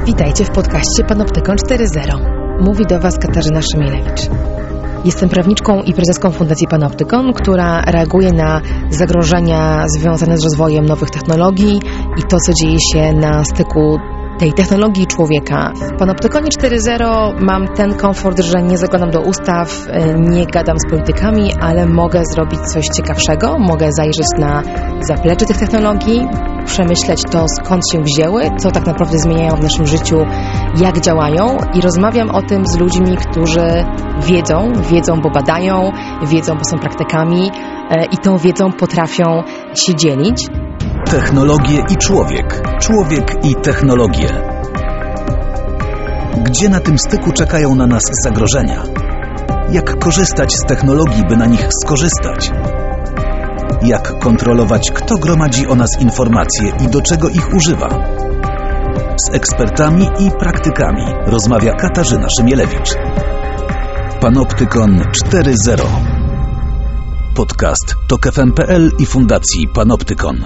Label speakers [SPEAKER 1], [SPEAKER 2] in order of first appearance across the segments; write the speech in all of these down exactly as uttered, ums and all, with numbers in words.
[SPEAKER 1] Witajcie w podcaście Panoptykon cztery zero. Mówi do Was Katarzyna Szymielewicz. Jestem prawniczką i prezeską Fundacji Panoptykon, która reaguje na zagrożenia związane z rozwojem nowych technologii i to, co dzieje się na styku tej technologii i człowieka. W Panoptykonie cztery zero mam ten komfort, że nie zaglądam do ustaw, nie gadam z politykami, ale mogę zrobić coś ciekawszego, mogę zajrzeć na zaplecze tych technologii, przemyśleć to, skąd się wzięły, co tak naprawdę zmieniają w naszym życiu, jak działają i rozmawiam o tym z ludźmi, którzy wiedzą, wiedzą, bo badają, wiedzą, bo są praktykami i tą wiedzą potrafią się dzielić.
[SPEAKER 2] Technologie i człowiek. Człowiek i technologie. Gdzie na tym styku czekają na nas zagrożenia? Jak korzystać z technologii, by na nich skorzystać? Jak kontrolować, kto gromadzi o nas informacje i do czego ich używa? Z ekspertami i praktykami rozmawia Katarzyna Szymielewicz. Panoptykon cztery zero. Podcast tok f m kropka p l i Fundacji Panoptykon.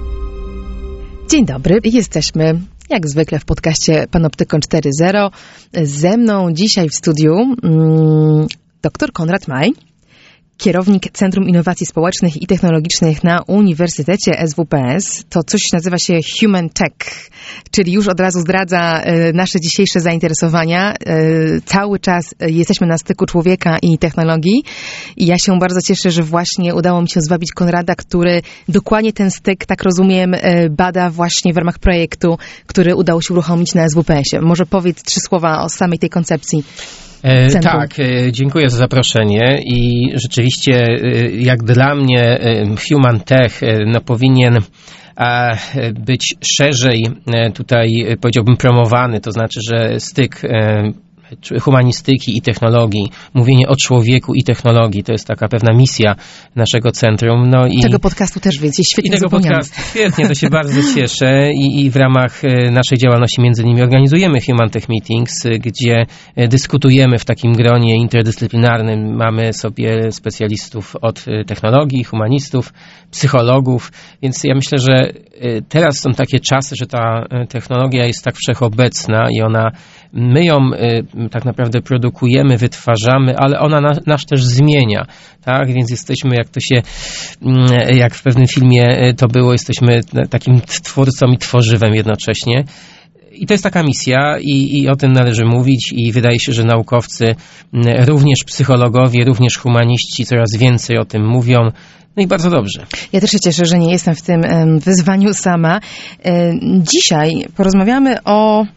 [SPEAKER 1] Dzień dobry, jesteśmy jak zwykle w podcaście Panoptykon cztery zero. Ze mną dzisiaj w studiu mm, dr Konrad Maj, kierownik Centrum Innowacji Społecznych i Technologicznych na Uniwersytecie S W P S. To coś nazywa się Human Tech, czyli już od razu zdradza e, nasze dzisiejsze zainteresowania. E, cały czas jesteśmy na styku człowieka i technologii i ja się bardzo cieszę, że właśnie udało mi się zwabić Konrada, który dokładnie ten styk, tak rozumiem, e, bada właśnie w ramach projektu, który udało się uruchomić na S W P S-ie. Może powiedz trzy słowa o samej tej koncepcji.
[SPEAKER 3] E, tak, e, dziękuję za zaproszenie i rzeczywiście e, jak dla mnie e, Human Tech e, no, powinien a, być szerzej e, tutaj e, powiedziałbym promowany, to znaczy, że styk e, humanistyki i technologii, mówienie o człowieku i technologii, to jest taka pewna misja naszego centrum. No i
[SPEAKER 1] tego podcastu też więc jest świetnie
[SPEAKER 3] I tego podcastu, świetnie, to się bardzo cieszę i, i w ramach naszej działalności między innymi organizujemy Human Tech Meetings, gdzie dyskutujemy w takim gronie interdyscyplinarnym. Mamy sobie specjalistów od technologii, humanistów, psychologów, więc ja myślę, że teraz są takie czasy, że ta technologia jest tak wszechobecna i ona, my ją tak naprawdę produkujemy, wytwarzamy, ale ona nas też zmienia, tak? Więc jesteśmy, jak to się, jak w pewnym filmie to było, jesteśmy takim twórcą i tworzywem jednocześnie. I to jest taka misja i, i o tym należy mówić i wydaje się, że naukowcy, również psychologowie, również humaniści coraz więcej o tym mówią. No i bardzo dobrze.
[SPEAKER 1] Ja też się cieszę, że nie jestem w tym um, wyzwaniu sama. Um, dzisiaj porozmawiamy o...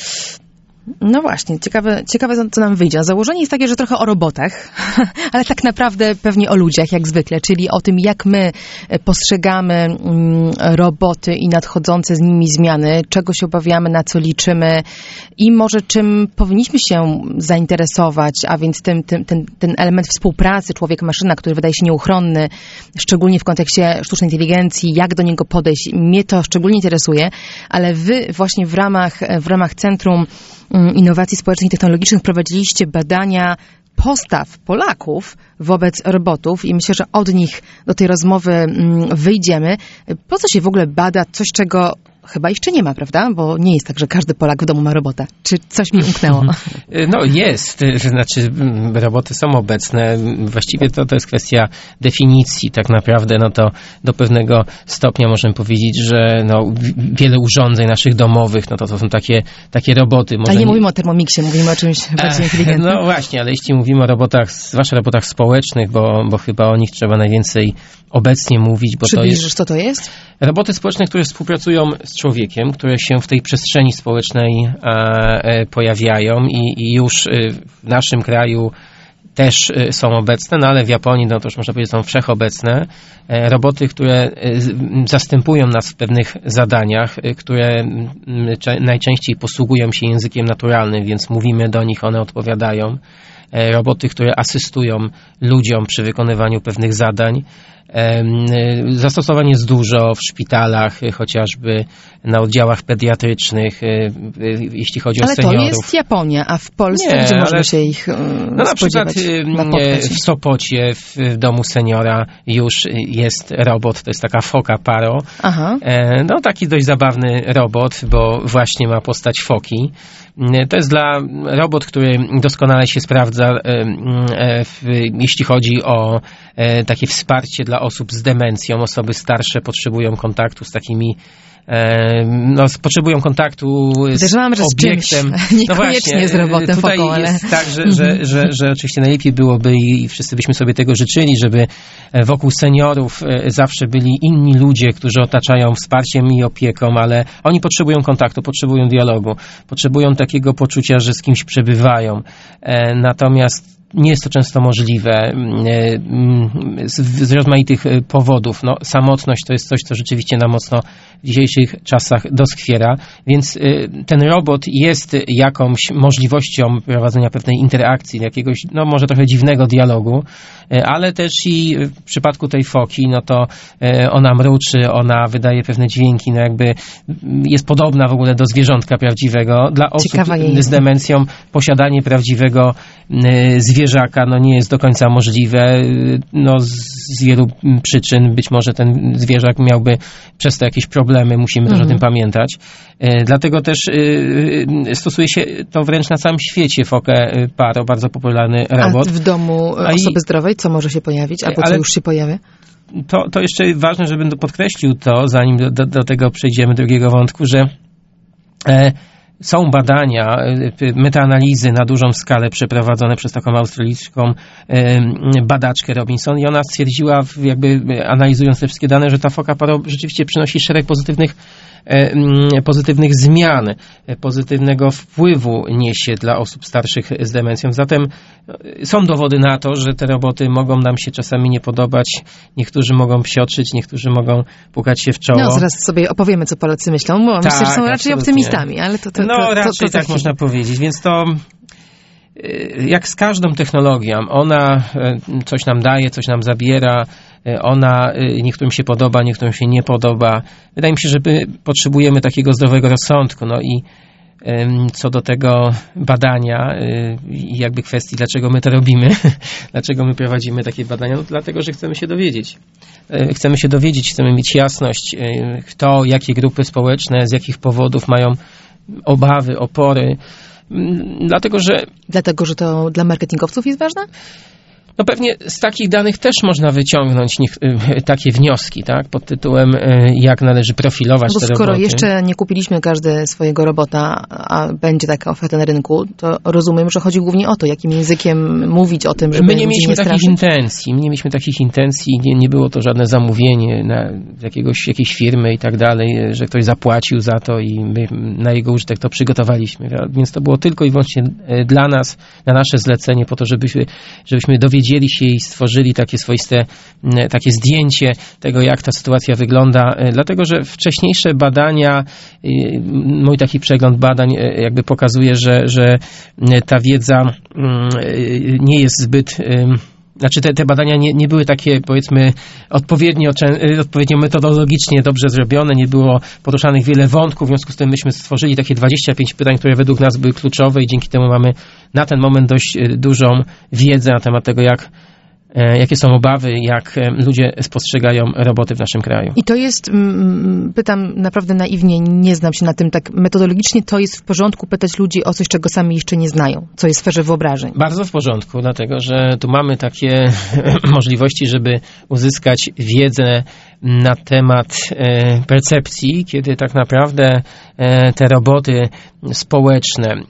[SPEAKER 1] No właśnie, ciekawe, ciekawe co nam wyjdzie. Założenie jest takie, że trochę o robotach, ale tak naprawdę pewnie o ludziach, jak zwykle, czyli o tym, jak my postrzegamy roboty i nadchodzące z nimi zmiany, czego się obawiamy, na co liczymy i może czym powinniśmy się zainteresować, a więc tym, tym, ten, ten element współpracy człowiek-maszyna, który wydaje się nieuchronny, szczególnie w kontekście sztucznej inteligencji, jak do niego podejść. Mnie to szczególnie interesuje, ale wy właśnie w ramach, w ramach Centrum Innowacji Społecznych i Technologicznych prowadziliście badania postaw Polaków wobec robotów i myślę, że od nich do tej rozmowy wyjdziemy. Po co się w ogóle bada coś, czego chyba jeszcze nie ma, prawda? Bo nie jest tak, że każdy Polak w domu ma robota. Czy coś mi umknęło?
[SPEAKER 3] No jest, znaczy roboty są obecne. Właściwie to, to jest kwestia definicji. Tak naprawdę no to do pewnego stopnia możemy powiedzieć, że no, wiele urządzeń naszych domowych, no to, to są takie, takie roboty. Może
[SPEAKER 1] Ale nie, nie mówimy o Thermomixie, mówimy o czymś bardziej inteligentnym.
[SPEAKER 3] No właśnie, ale jeśli mówimy o robotach, zwłaszcza robotach społecznych, bo, bo chyba o nich trzeba najwięcej obecnie mówić. Bo
[SPEAKER 1] Przybliżysz,
[SPEAKER 3] to jest,
[SPEAKER 1] co to jest?
[SPEAKER 3] Roboty społeczne, które współpracują z człowiekiem, które się w tej przestrzeni społecznej e, e, pojawiają i, i już w naszym kraju też są obecne, no ale w Japonii, no to już można powiedzieć, są wszechobecne. E, roboty, które e, zastępują nas w pewnych zadaniach, e, które m, cze, najczęściej posługują się językiem naturalnym, więc mówimy do nich, one odpowiadają. roboty, które asystują ludziom przy wykonywaniu pewnych zadań. Zastosowań jest dużo w szpitalach, chociażby na oddziałach pediatrycznych, jeśli chodzi
[SPEAKER 1] ale
[SPEAKER 3] o seniorów.
[SPEAKER 1] Ale to jest Japonia, a w Polsce
[SPEAKER 3] Nie,
[SPEAKER 1] gdzie można
[SPEAKER 3] ale...
[SPEAKER 1] się ich
[SPEAKER 3] no na przykład
[SPEAKER 1] napotkać?
[SPEAKER 3] w Sopocie, w domu seniora już jest robot, to jest taka foka Paro.
[SPEAKER 1] Aha.
[SPEAKER 3] No taki dość zabawny robot, bo właśnie ma postać foki. To jest dla robot, który doskonale się sprawdza, jeśli chodzi o takie wsparcie dla osób z demencją. Osoby starsze potrzebują kontaktu z takimi no, potrzebują kontaktu z
[SPEAKER 1] Zderzałam, że
[SPEAKER 3] obiektem.
[SPEAKER 1] Z czymś, niekoniecznie no właśnie, z robotem
[SPEAKER 3] tutaj
[SPEAKER 1] foką, ale...
[SPEAKER 3] jest tak, że, że, że, że oczywiście najlepiej byłoby i wszyscy byśmy sobie tego życzyli, żeby wokół seniorów zawsze byli inni ludzie, którzy otaczają wsparciem i opieką, ale oni potrzebują kontaktu, potrzebują dialogu, potrzebują takiego poczucia, że z kimś przebywają. Natomiast nie jest to często możliwe z, z rozmaitych powodów. No, samotność to jest coś, co rzeczywiście nam mocno w dzisiejszych czasach doskwiera, więc ten robot jest jakąś możliwością prowadzenia pewnej interakcji, jakiegoś, no może trochę dziwnego dialogu, ale też i w przypadku tej foki, no to ona mruczy, ona wydaje pewne dźwięki, no jakby jest podobna w ogóle do zwierzątka prawdziwego. Dla osób z demencją posiadanie prawdziwego zwierzaka no nie jest do końca możliwe, no z wielu przyczyn. Być może ten zwierzak miałby przez to jakieś problemy, musimy mhm. też o tym pamiętać. Dlatego też stosuje się to wręcz na całym świecie fokę Paro, bardzo popularny robot.
[SPEAKER 1] A w domu osoby I... zdrowej co może się pojawić, albo co już się pojawia?
[SPEAKER 3] To, to jeszcze ważne, żebym podkreślił to, zanim do, do, do tego przejdziemy, drugiego wątku, że e, są badania, metaanalizy na dużą skalę przeprowadzone przez taką australijską badaczkę Robinson i ona stwierdziła, jakby analizując te wszystkie dane, że ta foka Paro rzeczywiście przynosi szereg pozytywnych pozytywnych zmian, pozytywnego wpływu niesie dla osób starszych z demencją. Zatem są dowody na to, że te roboty mogą nam się czasami nie podobać. Niektórzy mogą psioczyć, niektórzy mogą pukać się w czoło.
[SPEAKER 1] No, zaraz sobie opowiemy, co Polacy myślą, bo tak, myślę, że są raczej absolutnie. optymistami, ale to, to, to,
[SPEAKER 3] no,
[SPEAKER 1] to,
[SPEAKER 3] raczej
[SPEAKER 1] to, to
[SPEAKER 3] tak chwilę. Można powiedzieć, więc to jak z każdą technologią, ona coś nam daje, coś nam zabiera, ona niektórym się podoba, niektórym się nie podoba. Wydaje mi się, że my potrzebujemy takiego zdrowego rozsądku. No i co do tego badania i jakby kwestii, dlaczego my to robimy, dlaczego my prowadzimy takie badania, no to dlatego, że chcemy się dowiedzieć. Chcemy się dowiedzieć, chcemy mieć jasność, kto, jakie grupy społeczne, z jakich powodów mają obawy, opory. Dlatego, że...
[SPEAKER 1] Dlatego, że to dla marketingowców jest ważne?
[SPEAKER 3] No pewnie z takich danych też można wyciągnąć niech, takie wnioski, tak? Pod tytułem jak należy profilować
[SPEAKER 1] Bo
[SPEAKER 3] te roboty.
[SPEAKER 1] Skoro jeszcze nie kupiliśmy każdy swojego robota, a będzie taka oferta na rynku, to rozumiem, że chodzi głównie o to, jakim językiem mówić o tym, żeby
[SPEAKER 3] My nie mieliśmy
[SPEAKER 1] nie
[SPEAKER 3] takich
[SPEAKER 1] straszyć.
[SPEAKER 3] intencji, my nie mieliśmy takich intencji, nie, nie było to żadne zamówienie na jakiegoś, jakiejś firmy i tak dalej, że ktoś zapłacił za to i my na jego użytek to przygotowaliśmy. Więc to było tylko i wyłącznie dla nas, na nasze zlecenie, po to, żebyśmy, żebyśmy dowiedzieli się i stworzyli takie swoiste, takie zdjęcie tego, jak ta sytuacja wygląda, dlatego, że wcześniejsze badania, mój taki przegląd badań jakby pokazuje, że, że ta wiedza nie jest zbyt... Znaczy te, te badania nie, nie były takie, powiedzmy, odpowiednio, odpowiednio metodologicznie dobrze zrobione, nie było poruszanych wiele wątków, w związku z tym myśmy stworzyli takie dwadzieścia pięć pytań, które według nas były kluczowe i dzięki temu mamy na ten moment dość dużą wiedzę na temat tego, jak jakie są obawy, jak ludzie spostrzegają roboty w naszym kraju.
[SPEAKER 1] I to jest, pytam naprawdę naiwnie, nie znam się na tym tak metodologicznie, to jest w porządku pytać ludzi o coś, czego sami jeszcze nie znają, co jest w sferze wyobrażeń?
[SPEAKER 3] Bardzo w porządku, dlatego że tu mamy takie możliwości, żeby uzyskać wiedzę na temat e, percepcji, kiedy tak naprawdę e, te roboty społeczne e,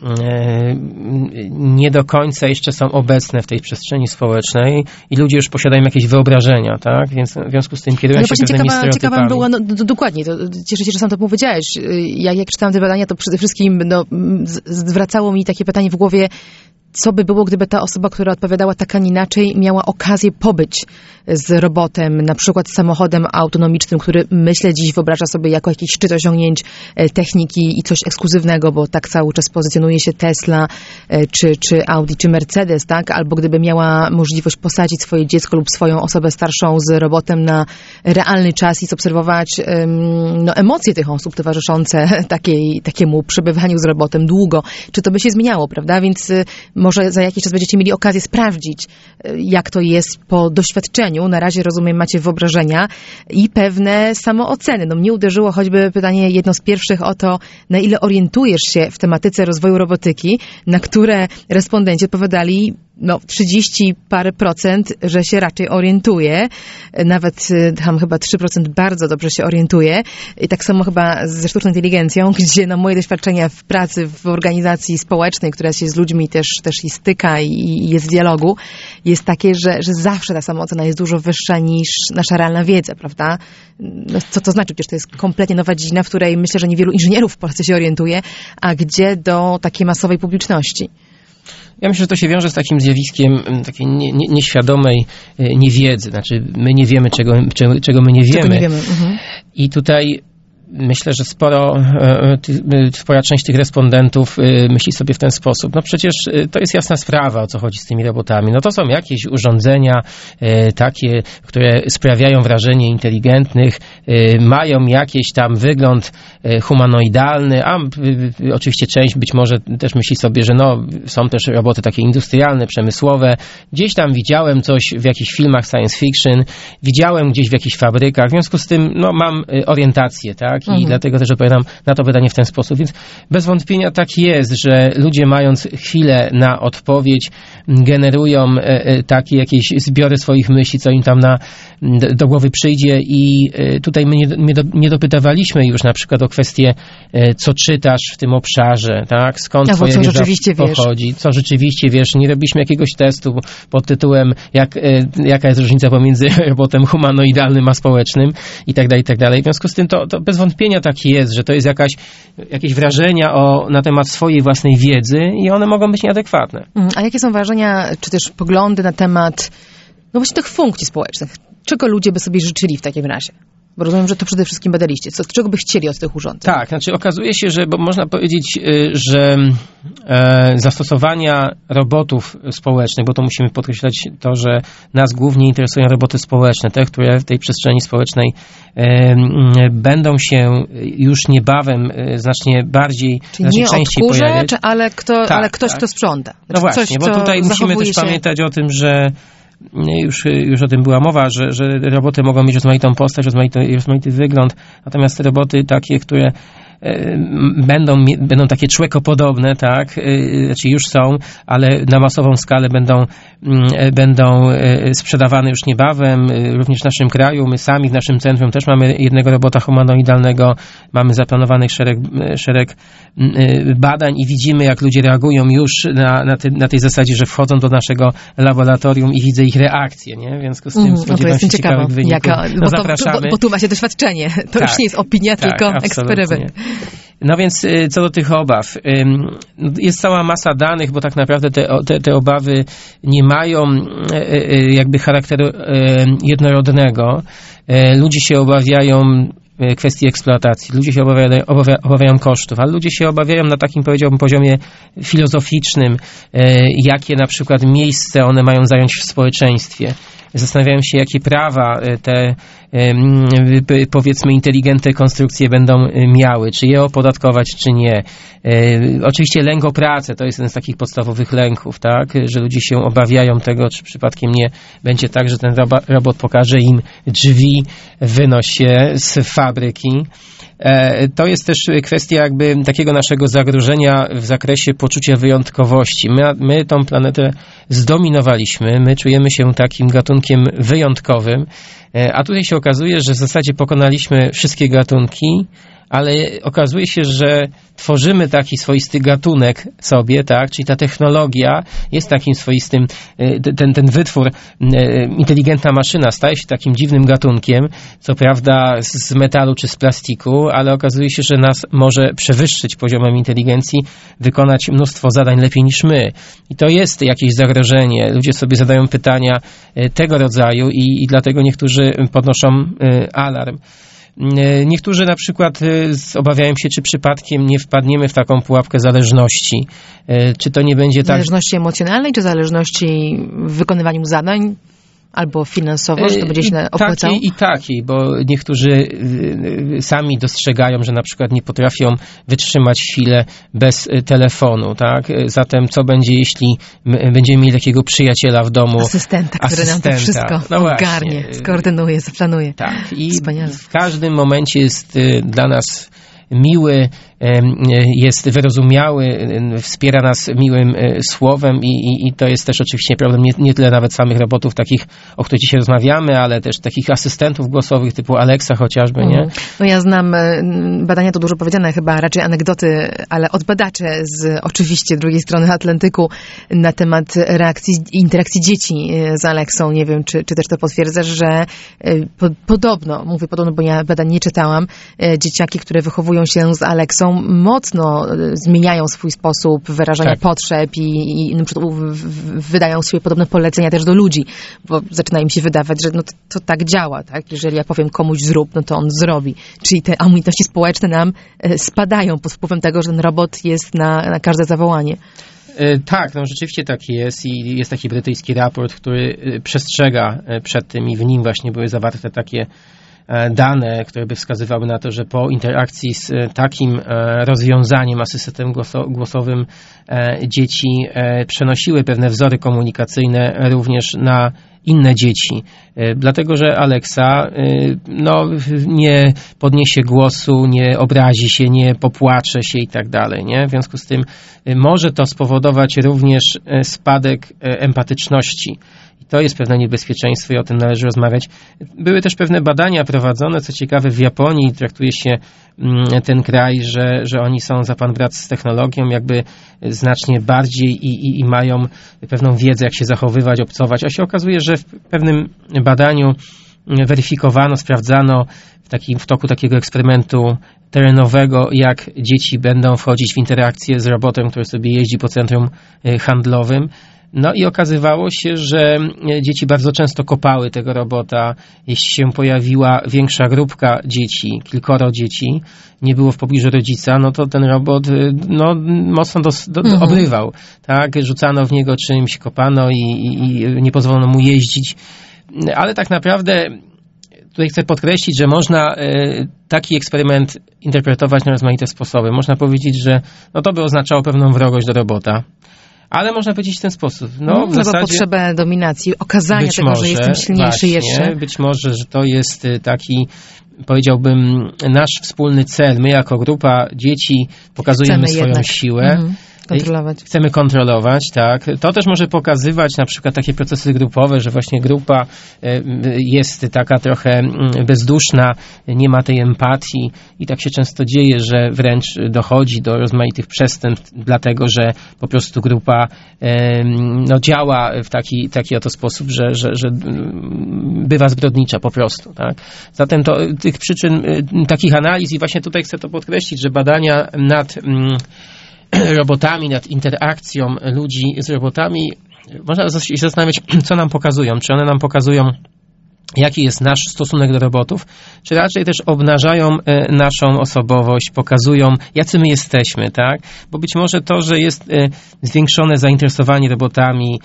[SPEAKER 3] nie do końca jeszcze są obecne w tej przestrzeni społecznej i ludzie już posiadają jakieś wyobrażenia, tak? Więc w związku z tym kierują
[SPEAKER 1] no
[SPEAKER 3] się pewnymi
[SPEAKER 1] ciekawa,
[SPEAKER 3] stereotypami.
[SPEAKER 1] Ciekawa była, no, do, dokładnie, to cieszę się, że sam to powiedziałeś. Jak, jak czytałam te badania, to przede wszystkim no, zwracało mi takie pytanie w głowie, co by było, gdyby ta osoba, która odpowiadała tak, a nie inaczej, miała okazję pobyć z robotem, na przykład z samochodem autonomicznym, który myślę dziś wyobraża sobie jako jakiś szczyt osiągnięć techniki i coś ekskluzywnego, bo tak cały czas pozycjonuje się Tesla, czy, czy Audi, czy Mercedes, tak? Albo gdyby miała możliwość posadzić swoje dziecko lub swoją osobę starszą z robotem na realny czas i obserwować um, no, emocje tych osób towarzyszące takiej, takiemu przebywaniu z robotem długo. Czy to by się zmieniało, prawda? Więc y, może za jakiś czas będziecie mieli okazję sprawdzić, y, jak to jest po doświadczeniu. Na razie, rozumiem, macie wyobrażenia i pewne samooceny. No mnie uderzyło choćby pytanie jedno z pierwszych o to, na ile orientujesz się w tematyce rozwoju robotyki, na które respondenci odpowiadali no trzydzieści parę procent, że się raczej orientuje. Nawet tam chyba trzy procent bardzo dobrze się orientuje. I tak samo chyba ze sztuczną inteligencją, gdzie no moje doświadczenia w pracy w organizacji społecznej, która się z ludźmi też, też i styka i, i jest w dialogu, jest takie, że, że zawsze ta samoocena jest dużo wyższa niż nasza realna wiedza, prawda? No, co to znaczy? Przecież to jest kompletnie nowa dziedzina, w której myślę, że niewielu inżynierów w Polsce się orientuje, a gdzie do takiej masowej publiczności?
[SPEAKER 3] Ja myślę, że to się wiąże z takim zjawiskiem takiej nie, nie, nieświadomej niewiedzy. Znaczy, my nie wiemy, czego, czego, czego my nie wiemy.
[SPEAKER 1] Czego nie wiemy. Mhm.
[SPEAKER 3] I tutaj myślę, że sporo, spora część tych respondentów myśli sobie w ten sposób. No przecież to jest jasna sprawa, o co chodzi z tymi robotami. No to są jakieś urządzenia takie, które sprawiają wrażenie inteligentnych, mają jakiś tam wygląd humanoidalny, a oczywiście część być może też myśli sobie, że no są też roboty takie industrialne, przemysłowe. Gdzieś tam widziałem coś w jakichś filmach science fiction, widziałem gdzieś w jakichś fabrykach, w związku z tym no mam orientację, tak? I mhm. dlatego też odpowiadam na to pytanie w ten sposób. Więc bez wątpienia tak jest, że ludzie mając chwilę na odpowiedź generują takie jakieś zbiory swoich myśli, co im tam na, do głowy przyjdzie i tutaj my nie, nie, do, nie dopytywaliśmy już na przykład o kwestię, co czytasz w tym obszarze, tak? Skąd
[SPEAKER 1] A
[SPEAKER 3] twoja
[SPEAKER 1] co
[SPEAKER 3] wiedza
[SPEAKER 1] rzeczywiście
[SPEAKER 3] pochodzi,
[SPEAKER 1] wiesz.
[SPEAKER 3] co rzeczywiście wiesz. Nie robiliśmy jakiegoś testu pod tytułem jak, jaka jest różnica pomiędzy robotem humanoidalnym a społecznym i tak dalej, i tak dalej. W związku z tym to, to bez wątpienia tak jest, że to jest jakaś, jakieś wrażenia o, na temat swojej własnej wiedzy i one mogą być nieadekwatne.
[SPEAKER 1] A jakie są wrażenia, czy też poglądy na temat, no właśnie tych funkcji społecznych? Czego ludzie by sobie życzyli w takim razie? Bo rozumiem, że to przede wszystkim badaliście. Co, czego by chcieli od tych urządzeń?
[SPEAKER 3] Tak, znaczy okazuje się, że bo można powiedzieć, że e, zastosowania robotów społecznych, bo to musimy podkreślać to, że nas głównie interesują roboty społeczne, te, które w tej przestrzeni społecznej e, będą się już niebawem e, znacznie bardziej,
[SPEAKER 1] Czyli
[SPEAKER 3] znacznie
[SPEAKER 1] nie
[SPEAKER 3] częściej
[SPEAKER 1] odkurze,
[SPEAKER 3] pojawiać.
[SPEAKER 1] Czy, ale, kto,
[SPEAKER 3] tak,
[SPEAKER 1] ale ktoś,
[SPEAKER 3] tak.
[SPEAKER 1] kto sprząta. Znaczy
[SPEAKER 3] no właśnie,
[SPEAKER 1] coś,
[SPEAKER 3] bo tutaj musimy też
[SPEAKER 1] się...
[SPEAKER 3] pamiętać o tym, że Już, już o tym była mowa, że, że roboty mogą mieć rozmaitą postać, rozmaity, rozmaity wygląd, natomiast te roboty takie, które będą, będą takie człekopodobne, tak, znaczy już są, ale na masową skalę będą, będą sprzedawane już niebawem, również w naszym kraju. My sami w naszym centrum też mamy jednego robota humanoidalnego, mamy zaplanowanych szereg, szereg badań i widzimy, jak ludzie reagują już na, na, ty, na tej zasadzie, że wchodzą do naszego laboratorium i widzę ich reakcję, nie? W związku z tym mm, spodziewam się ciekawych wyników. Jaka,
[SPEAKER 1] no, bo, to, bo, bo tu ma się doświadczenie. To tak, już nie jest opinia, tak, tylko absolutnie. Eksperyment.
[SPEAKER 3] No więc co do tych obaw. Jest cała masa danych, bo tak naprawdę te, te, te obawy nie mają jakby charakteru jednorodnego. Ludzie się obawiają kwestii eksploatacji, ludzie się obawiają, obawia, obawiają kosztów, ale ludzie się obawiają na takim, powiedziałbym, poziomie filozoficznym, jakie na przykład miejsce one mają zająć w społeczeństwie. Zastanawiają się, jakie prawa te, powiedzmy, inteligentne konstrukcje będą miały, czy je opodatkować, czy nie. Oczywiście lęk o pracę to jest jeden z takich podstawowych lęków, tak, że ludzie się obawiają tego, czy przypadkiem nie będzie tak, że ten robot pokaże im drzwi, wynoś się z fabryki. To jest też kwestia jakby takiego naszego zagrożenia w zakresie poczucia wyjątkowości. My, my tą planetę zdominowaliśmy, my czujemy się takim gatunkiem wyjątkowym, a tutaj się okazuje, że w zasadzie pokonaliśmy wszystkie gatunki, ale okazuje się, że tworzymy taki swoisty gatunek sobie, tak, czyli ta technologia jest takim swoistym, ten, ten wytwór, inteligentna maszyna staje się takim dziwnym gatunkiem, co prawda z metalu czy z plastiku, ale okazuje się, że nas może przewyższyć poziomem inteligencji, wykonać mnóstwo zadań lepiej niż my. I to jest jakieś zagrożenie. Ludzie sobie zadają pytania tego rodzaju i, i dlatego niektórzy podnoszą alarm. Niektórzy na przykład obawiają się, czy przypadkiem nie wpadniemy w taką pułapkę zależności. Czy to nie będzie tak...
[SPEAKER 1] Zależności emocjonalnej, czy zależności w wykonywaniu zadań? Albo finansowo, że to będzie się opłacało?
[SPEAKER 3] Takiej i takiej, bo niektórzy sami dostrzegają, że na przykład nie potrafią wytrzymać chwilę bez telefonu, tak? Zatem co będzie, jeśli będziemy mieli takiego przyjaciela w domu?
[SPEAKER 1] Asystenta, który nam to wszystko no ogarnie, skoordynuje, zaplanuje.
[SPEAKER 3] Tak. I
[SPEAKER 1] wspaniale.
[SPEAKER 3] W każdym momencie jest dla nas miły, jest wyrozumiały, wspiera nas miłym słowem i, i, i to jest też oczywiście problem nie, nie tyle nawet samych robotów takich, o których dzisiaj rozmawiamy, ale też takich asystentów głosowych typu Alexa chociażby, nie?
[SPEAKER 1] No ja znam badania, to dużo powiedziane, chyba raczej anegdoty, ale od badaczy z oczywiście drugiej strony Atlantyku na temat reakcji, interakcji dzieci z Alexą. Nie wiem, czy, czy też to potwierdzasz, że po, podobno, mówię podobno, bo ja badań nie czytałam, dzieciaki, które wychowują się z Alexą, mocno zmieniają swój sposób wyrażania tak. potrzeb i, i na przykład wydają sobie podobne polecenia też do ludzi, bo zaczyna im się wydawać, że no to, to tak działa, tak? Jeżeli ja powiem komuś zrób, no to on zrobi. Czyli te umiejętności społeczne nam spadają pod wpływem tego, że ten robot jest na, na każde zawołanie.
[SPEAKER 3] Tak, no rzeczywiście tak jest i jest taki brytyjski raport, który przestrzega przed tym i w nim właśnie były zawarte takie dane, które by wskazywały na to, że po interakcji z takim rozwiązaniem, asystentem głosowym, dzieci przenosiły pewne wzory komunikacyjne również na inne dzieci. Dlatego, że Alexa no, nie podniesie głosu, nie obrazi się, nie popłacze się i tak dalej, nie? W związku z tym może to spowodować również spadek empatyczności. To jest pewne niebezpieczeństwo i o tym należy rozmawiać. Były też pewne badania prowadzone, co ciekawe w Japonii traktuje się ten kraj, że, że oni są za pan brat z technologią, jakby znacznie bardziej i, i, i mają pewną wiedzę, jak się zachowywać, obcować. A się okazuje, że w pewnym badaniu weryfikowano, sprawdzano w, takim, w toku takiego eksperymentu terenowego, jak dzieci będą wchodzić w interakcję z robotem, który sobie jeździ po centrum handlowym. No i okazywało się, że dzieci bardzo często kopały tego robota. Jeśli się pojawiła większa grupka dzieci, kilkoro dzieci, nie było w pobliżu rodzica, no to ten robot no, mocno do, do, mhm. obrywał. Tak? Rzucano w niego czymś, kopano i, i, i nie pozwolono mu jeździć. Ale tak naprawdę tutaj chcę podkreślić, że można taki eksperyment interpretować na rozmaite sposoby. Można powiedzieć, że no to by oznaczało pewną wrogość do robota. Ale można powiedzieć w ten sposób. No,
[SPEAKER 1] no
[SPEAKER 3] w zasadzie,
[SPEAKER 1] potrzebę dominacji, okazania tego, może, że jestem silniejszy
[SPEAKER 3] właśnie,
[SPEAKER 1] jeszcze.
[SPEAKER 3] Być może, że to jest taki, powiedziałbym, nasz wspólny cel. My jako grupa dzieci pokazujemy
[SPEAKER 1] Chcemy
[SPEAKER 3] swoją
[SPEAKER 1] jednak.
[SPEAKER 3] siłę.
[SPEAKER 1] Mhm. Kontrolować.
[SPEAKER 3] Chcemy kontrolować, tak. To też może pokazywać na przykład takie procesy grupowe, że właśnie grupa jest taka trochę bezduszna, nie ma tej empatii i tak się często dzieje, że wręcz dochodzi do rozmaitych przestępstw, dlatego że po prostu grupa no, działa w taki, taki oto sposób, że, że, że bywa zbrodnicza po prostu, tak. Zatem to tych przyczyn, takich analiz i właśnie tutaj chcę to podkreślić, że badania nad robotami, nad interakcją ludzi z robotami, można się zastanawiać, co nam pokazują. Czy one nam pokazują, jaki jest nasz stosunek do robotów, czy raczej też obnażają naszą osobowość, pokazują, jacy my jesteśmy, tak? Bo być może to, że jest zwiększone zainteresowanie robotami,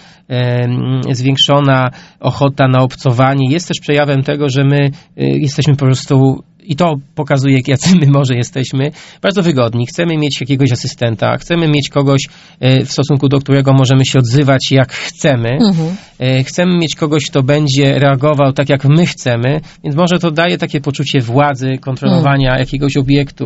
[SPEAKER 3] zwiększona ochota na obcowanie, jest też przejawem tego, że my jesteśmy po prostu, i to pokazuje, jacy my może jesteśmy, bardzo wygodni. Chcemy mieć jakiegoś asystenta, chcemy mieć kogoś, w stosunku do którego możemy się odzywać jak chcemy. Mhm. Chcemy mieć kogoś, kto będzie reagował tak, jak my chcemy, więc może to daje takie poczucie władzy, kontrolowania mhm. jakiegoś obiektu.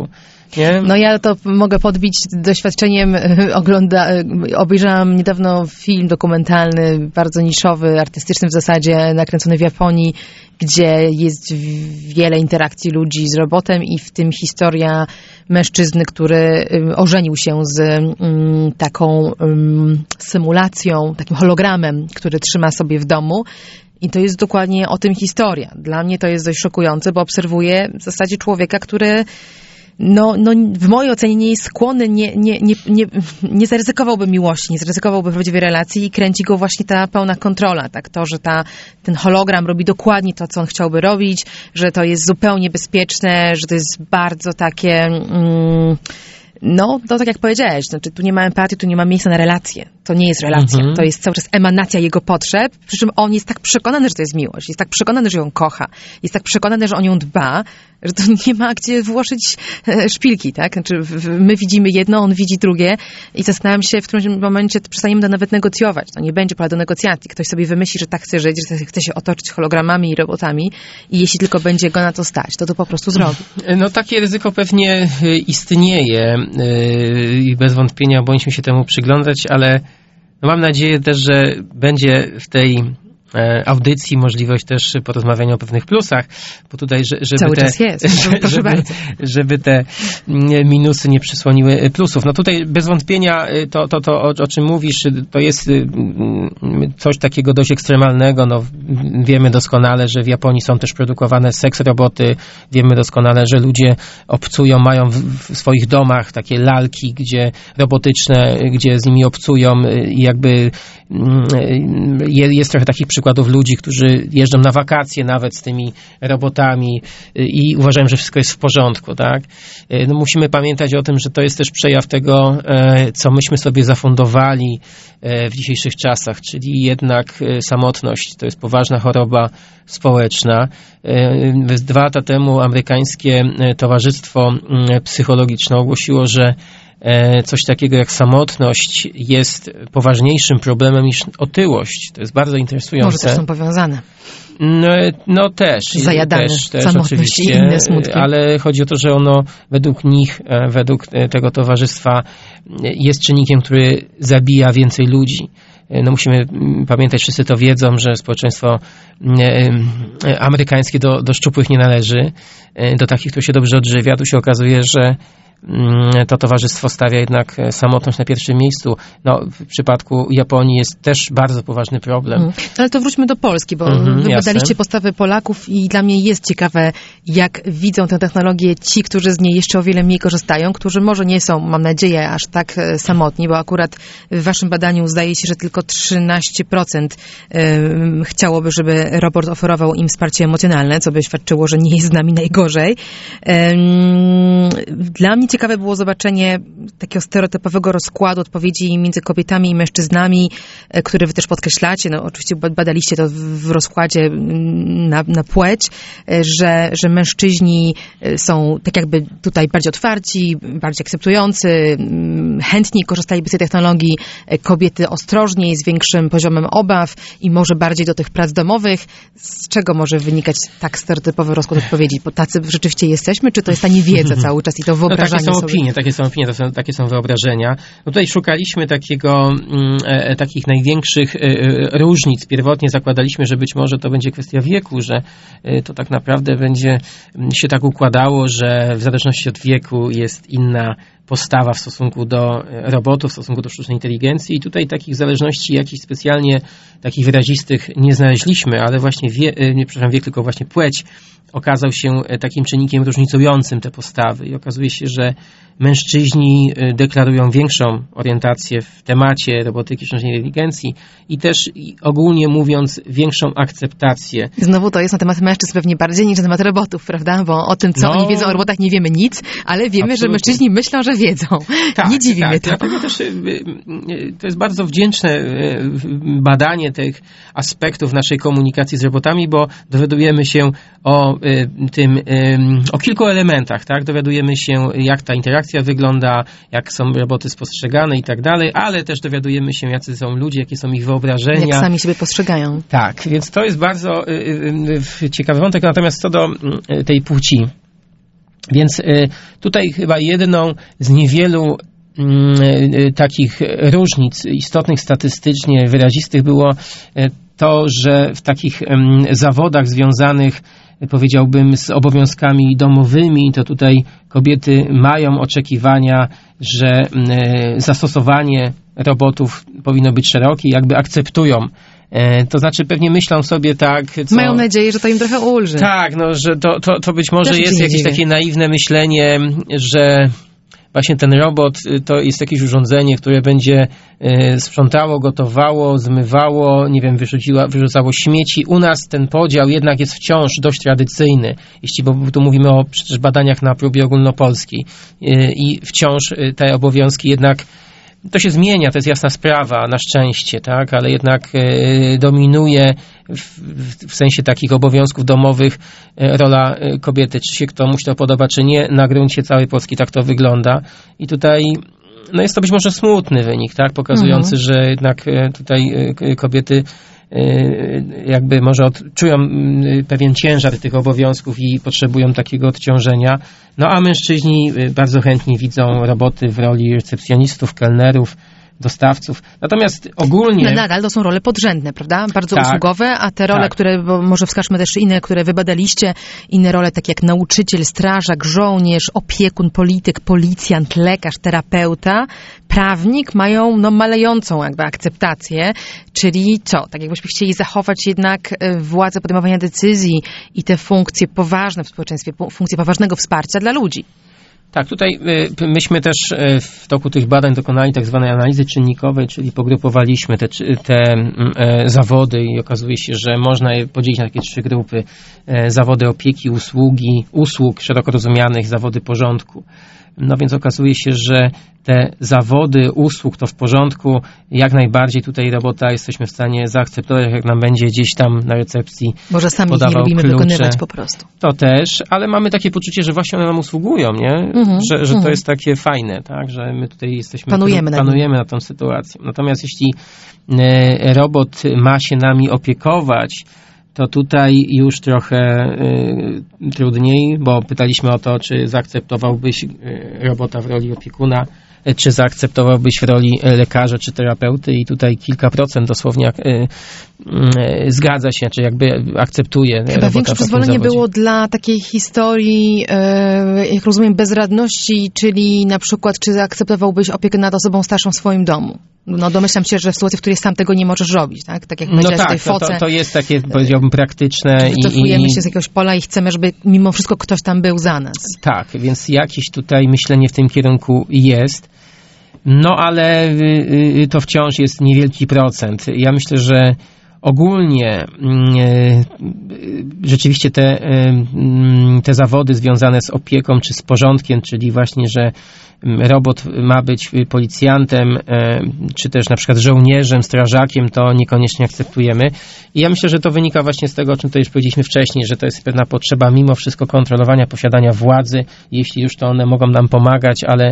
[SPEAKER 3] Nie?
[SPEAKER 1] No ja to mogę podbić doświadczeniem, ogląda, obejrzałam niedawno film dokumentalny, bardzo niszowy, artystyczny w zasadzie, nakręcony w Japonii, gdzie jest wiele interakcji ludzi z robotem i w tym historia mężczyzny, który ożenił się z um, taką um, symulacją, takim hologramem, który trzyma sobie w domu. I to jest dokładnie o tym historia. Dla mnie to jest dość szokujące, bo obserwuję w zasadzie człowieka, który no, no w mojej ocenie nie jest skłonny, nie, nie, nie, nie, nie zaryzykowałby miłości, nie zaryzykowałby prawdziwej relacji i kręci go właśnie ta pełna kontrola, tak? To, że ta, ten hologram robi dokładnie to, co on chciałby robić, że to jest zupełnie bezpieczne, że to jest bardzo takie... Mm, no, to tak jak powiedziałeś, znaczy tu nie ma empatii, tu nie ma miejsca na relacje. To nie jest relacja, mhm. To jest cały czas emanacja jego potrzeb, przy czym on jest tak przekonany, że to jest miłość, jest tak przekonany, że ją kocha, jest tak przekonany, że o nią dba, że to nie ma gdzie włożyć szpilki, tak? Znaczy my widzimy jedno, on widzi drugie i zastanawiam się, w którymś momencie przestaniemy to nawet negocjować. To nie będzie pola do negocjacji. Ktoś sobie wymyśli, że tak chce żyć, że chce się otoczyć hologramami i robotami i jeśli tylko będzie go na to stać, to to po prostu zrobi.
[SPEAKER 3] No takie ryzyko pewnie istnieje i bez wątpienia powinniśmy się temu przyglądać, ale no mam nadzieję też, że będzie w tej audycji możliwość też porozmawiania o pewnych plusach, bo tutaj, żeby
[SPEAKER 1] Cały
[SPEAKER 3] te,
[SPEAKER 1] czas jest. Proszę
[SPEAKER 3] żeby,
[SPEAKER 1] bardzo.
[SPEAKER 3] żeby te minusy nie przysłoniły plusów. No tutaj bez wątpienia to, to, to o, o czym mówisz, to jest coś takiego dość ekstremalnego. No, wiemy doskonale, że w Japonii są też produkowane seks roboty. Wiemy doskonale, że ludzie obcują, mają w, w swoich domach takie lalki, gdzie robotyczne, gdzie z nimi obcują i jakby jest trochę takich przykładów ludzi, którzy jeżdżą na wakacje nawet z tymi robotami i uważają, że wszystko jest w porządku, tak? No musimy pamiętać o tym, że to jest też przejaw tego, co myśmy sobie zafundowali w dzisiejszych czasach, czyli jednak samotność. To jest poważna choroba społeczna. Dwa lata temu amerykańskie Towarzystwo Psychologiczne ogłosiło, że coś takiego jak samotność jest poważniejszym problemem niż otyłość. To jest bardzo interesujące.
[SPEAKER 1] Może też są powiązane.
[SPEAKER 3] No, no też.
[SPEAKER 1] Zajadane,
[SPEAKER 3] też, też
[SPEAKER 1] samotność
[SPEAKER 3] oczywiście,
[SPEAKER 1] i inne smutki.
[SPEAKER 3] Ale chodzi o to, że ono według nich, według tego towarzystwa jest czynnikiem, który zabija więcej ludzi. No musimy pamiętać, wszyscy to wiedzą, że społeczeństwo amerykańskie do, do szczupłych nie należy, do takich, które się dobrze odżywia. Tu się okazuje, że to towarzystwo stawia jednak samotność na pierwszym miejscu. No, w przypadku Japonii jest też bardzo poważny problem. Mm.
[SPEAKER 1] Ale to wróćmy do Polski, bo mm-hmm, wy badaliście postawy Polaków i dla mnie jest ciekawe, jak widzą tę technologię ci, którzy z niej jeszcze o wiele mniej korzystają, którzy może nie są, mam nadzieję, aż tak samotni, bo akurat w waszym badaniu zdaje się, że tylko trzynaście procent chciałoby, żeby robot oferował im wsparcie emocjonalne, co by świadczyło, że nie jest z nami najgorzej. Dla mnie ciekawe było zobaczenie takiego stereotypowego rozkładu odpowiedzi między kobietami i mężczyznami, który wy też podkreślacie. No, oczywiście badaliście to w rozkładzie na, na płeć, że, że mężczyźni są tak jakby tutaj bardziej otwarci, bardziej akceptujący, chętniej korzystaliby z tej technologii, kobiety ostrożniej, z większym poziomem obaw i może bardziej do tych prac domowych. Z czego może wynikać tak stereotypowy rozkład odpowiedzi? Bo tacy rzeczywiście jesteśmy, czy to jest ta niewiedza cały czas i to wyobrażanie?
[SPEAKER 3] No, takie są
[SPEAKER 1] sobie.
[SPEAKER 3] opinie, takie są opinie, to są, takie są wyobrażenia. No tutaj szukaliśmy takiego, e, takich największych e, różnic. Pierwotnie zakładaliśmy, że być może to będzie kwestia wieku, że e, to tak naprawdę będzie się tak układało, że w zależności od wieku jest inna postawa w stosunku do robotów, w stosunku do sztucznej inteligencji i tutaj takich zależności jakichś specjalnie takich wyrazistych nie znaleźliśmy, ale właśnie wie, nie przepraszam, wiek, tylko właśnie płeć okazał się takim czynnikiem różnicującym te postawy i okazuje się, że mężczyźni deklarują większą orientację w temacie robotyki, sztucznej inteligencji i też ogólnie mówiąc większą akceptację.
[SPEAKER 1] Znowu to jest na temat mężczyzn pewnie bardziej niż na temat robotów, prawda? Bo o tym, co no, oni wiedzą o robotach, nie wiemy nic, ale wiemy, absolutnie, że mężczyźni myślą, że wiedzą. Tak, nie dziwi
[SPEAKER 3] tak,
[SPEAKER 1] mnie to.
[SPEAKER 3] Dlatego też to jest bardzo wdzięczne badanie tych aspektów naszej komunikacji z robotami, bo dowiadujemy się o tym, o kilku elementach, tak? Dowiadujemy się, jak ta interakcja wygląda, jak są roboty spostrzegane i tak dalej, ale też dowiadujemy się, jacy są ludzie, jakie są ich wyobrażenia.
[SPEAKER 1] Jak sami siebie postrzegają.
[SPEAKER 3] Tak, więc to jest bardzo ciekawy wątek. Natomiast co do tej płci, Więc tutaj chyba jedną z niewielu takich różnic istotnych statystycznie wyrazistych było to, że w takich zawodach związanych, powiedziałbym, z obowiązkami domowymi, to tutaj kobiety mają oczekiwania, że zastosowanie robotów powinno być szerokie, jakby akceptują. To znaczy pewnie myślą sobie tak... Co...
[SPEAKER 1] Mają nadzieję, że to im trochę ulży.
[SPEAKER 3] Tak, no, że to, to, to być może
[SPEAKER 1] Też
[SPEAKER 3] jest jakieś takie naiwne myślenie, że właśnie ten robot to jest jakieś urządzenie, które będzie sprzątało, gotowało, zmywało, nie wiem, wyrzuciła, wyrzucało śmieci. U nas ten podział jednak jest wciąż dość tradycyjny, jeśli bo tu mówimy o przecież badaniach na próbie ogólnopolskiej i wciąż te obowiązki jednak to się zmienia, to jest jasna sprawa, na szczęście, tak, ale jednak e, dominuje w, w sensie takich obowiązków domowych e, rola e, kobiety. Czy się komuś to podoba, czy nie, na gruncie całej Polski tak to wygląda. I tutaj no jest to być może smutny wynik, tak, pokazujący, mhm. że jednak e, tutaj e, kobiety jakby może odczują pewien ciężar tych obowiązków i potrzebują takiego odciążenia. No a mężczyźni bardzo chętnie widzą roboty w roli recepcjonistów, kelnerów, dostawców. Natomiast ogólnie...
[SPEAKER 1] No, nadal to są role podrzędne, prawda? Bardzo
[SPEAKER 3] tak,
[SPEAKER 1] usługowe, a te role, tak. które, bo może wskażmy też inne, które wybadaliście, inne role takie jak nauczyciel, strażak, żołnierz, opiekun, polityk, policjant, lekarz, terapeuta, prawnik, mają no malejącą jakby akceptację, czyli co? Tak jakbyśmy chcieli zachować jednak władzę podejmowania decyzji i te funkcje poważne w społeczeństwie, funkcje poważnego wsparcia dla ludzi.
[SPEAKER 3] Tak, tutaj myśmy też w toku tych badań dokonali tak zwanej analizy czynnikowej, czyli pogrupowaliśmy te, te zawody i okazuje się, że można je podzielić na takie trzy grupy. Zawody opieki, usługi, usług szeroko rozumianych, zawody porządku. No więc okazuje się, że te zawody usług to w porządku, jak najbardziej tutaj robota jesteśmy w stanie zaakceptować, jak nam będzie gdzieś tam na recepcji
[SPEAKER 1] może sami ich nie lubimy klucze. Wykonywać po prostu.
[SPEAKER 3] To też, ale mamy takie poczucie, że właśnie one nam usługują, nie? Mm-hmm, że że mm-hmm. to jest takie fajne, tak? Że my tutaj jesteśmy,
[SPEAKER 1] panujemy,
[SPEAKER 3] panujemy nad tą sytuacją. Natomiast jeśli robot ma się nami opiekować, to tutaj już trochę y, trudniej, bo pytaliśmy o to, czy zaakceptowałbyś y, robota w roli opiekuna, y, czy zaakceptowałbyś w roli lekarza czy terapeuty i tutaj kilka procent dosłownie y, y, zgadza się, czy jakby akceptuje.
[SPEAKER 1] Chyba większe przyzwolenie było dla takiej historii, y, jak rozumiem, bezradności, czyli na przykład, czy zaakceptowałbyś opiekę nad osobą starszą w swoim domu? No domyślam się, że w sytuacji, w której sam tego nie możesz robić, tak? Tak jak powiedziałeś
[SPEAKER 3] no tak,
[SPEAKER 1] w tej foce.
[SPEAKER 3] To, to jest takie, powiedziałbym, praktyczne.
[SPEAKER 1] Wycofujemy
[SPEAKER 3] i,
[SPEAKER 1] się z jakiegoś pola i chcemy, żeby mimo wszystko ktoś tam był za nas.
[SPEAKER 3] Tak, więc jakieś tutaj myślenie w tym kierunku jest. No ale y, y, to wciąż jest niewielki procent. Ja myślę, że ogólnie y, y, rzeczywiście te, y, te zawody związane z opieką czy z porządkiem, czyli właśnie, że robot ma być policjantem, czy też na przykład żołnierzem, strażakiem, to niekoniecznie akceptujemy. I ja myślę, że to wynika właśnie z tego, o czym to już powiedzieliśmy wcześniej, że to jest pewna potrzeba mimo wszystko kontrolowania, posiadania władzy. Jeśli już to one mogą nam pomagać, ale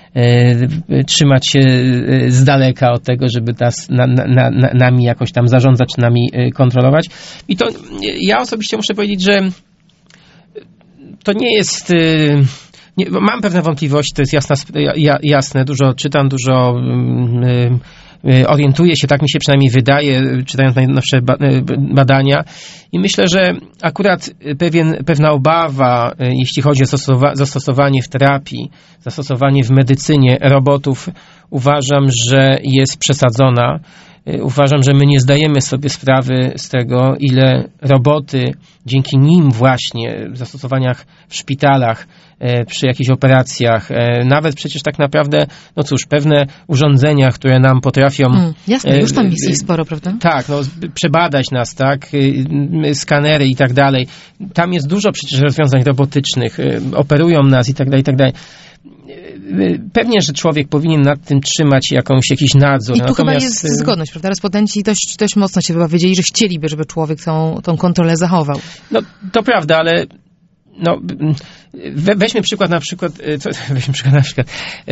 [SPEAKER 3] e, trzymać się z daleka od tego, żeby nas, na, na, na, nami jakoś tam zarządzać, czy nami kontrolować. I to ja osobiście muszę powiedzieć, że to nie jest... Nie, mam pewne wątpliwości, to jest jasna, jasne, dużo czytam, dużo y, y, orientuję się, tak mi się przynajmniej wydaje, czytając najnowsze badania i myślę, że akurat pewien, pewna obawa, y, jeśli chodzi o zastosowa- zastosowanie w terapii, zastosowanie w medycynie robotów, uważam, że jest przesadzona. Uważam, że my nie zdajemy sobie sprawy z tego, ile roboty dzięki nim właśnie w zastosowaniach w szpitalach, przy jakichś operacjach, nawet przecież tak naprawdę, no cóż, pewne urządzenia, które nam potrafią... Mm,
[SPEAKER 1] jasne, już tam jest ich sporo, prawda?
[SPEAKER 3] Tak, no, przebadać nas, tak, skanery i tak dalej. Tam jest dużo przecież rozwiązań robotycznych, operują nas i tak dalej, i tak dalej. Pewnie, że człowiek powinien nad tym trzymać jakąś, jakiś nadzór.
[SPEAKER 1] I tu
[SPEAKER 3] Natomiast...
[SPEAKER 1] chyba jest zgodność, prawda? Respondenci dość, dość mocno się chyba wiedzieli, że chcieliby, żeby człowiek tą, tą kontrolę zachował.
[SPEAKER 3] No, to prawda, ale no, We, weźmy przykład na przykład, co, weźmy przykład na przykład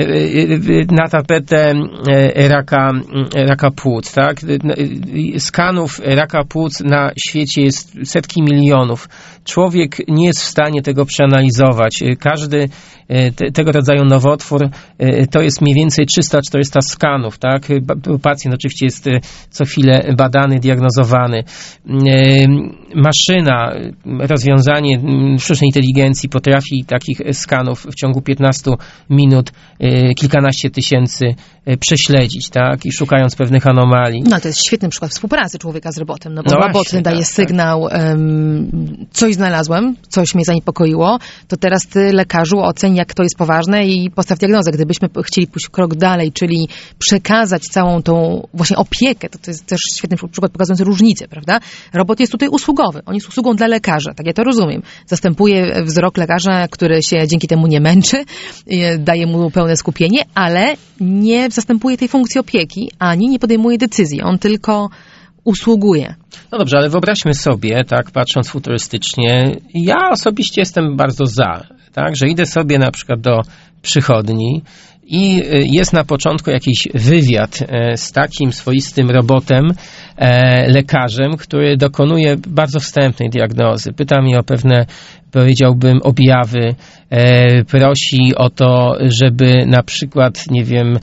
[SPEAKER 3] na tapetę raka, raka płuc, tak? Skanów raka płuc na świecie jest setki milionów. Człowiek nie jest w stanie tego przeanalizować. Każdy te, tego rodzaju nowotwór to jest mniej więcej trzysta czterysta skanów, tak? Pacjent oczywiście jest co chwilę badany, diagnozowany. Maszyna, rozwiązanie sztucznej inteligencji potrafi takich skanów w ciągu piętnastu minut kilkanaście tysięcy prześledzić, tak? I szukając pewnych anomalii.
[SPEAKER 1] No to jest świetny przykład współpracy człowieka z robotem, no bo
[SPEAKER 3] no
[SPEAKER 1] robot
[SPEAKER 3] właśnie,
[SPEAKER 1] daje
[SPEAKER 3] tak,
[SPEAKER 1] sygnał,
[SPEAKER 3] tak.
[SPEAKER 1] Um, coś znalazłem, coś mnie zaniepokoiło, to teraz ty, lekarzu, oceń, jak to jest poważne i postaw diagnozę. Gdybyśmy chcieli pójść krok dalej, czyli przekazać całą tą właśnie opiekę, to, to jest też świetny przykład pokazujący różnicę, prawda? Robot jest tutaj usługowy, on jest usługą dla lekarza, tak ja to rozumiem. Zastępuje wzrok lekarza, który się dzięki temu nie męczy, daje mu pełne skupienie, ale nie zastępuje tej funkcji opieki, ani nie podejmuje decyzji. On tylko usługuje.
[SPEAKER 3] No dobrze, ale wyobraźmy sobie, tak, patrząc futurystycznie, ja osobiście jestem bardzo za, tak, że idę sobie na przykład do przychodni i jest na początku jakiś wywiad z takim swoistym robotem, lekarzem, który dokonuje bardzo wstępnej diagnozy. Pyta mnie o pewne, powiedziałbym, objawy, e, prosi o to, żeby na przykład, nie wiem,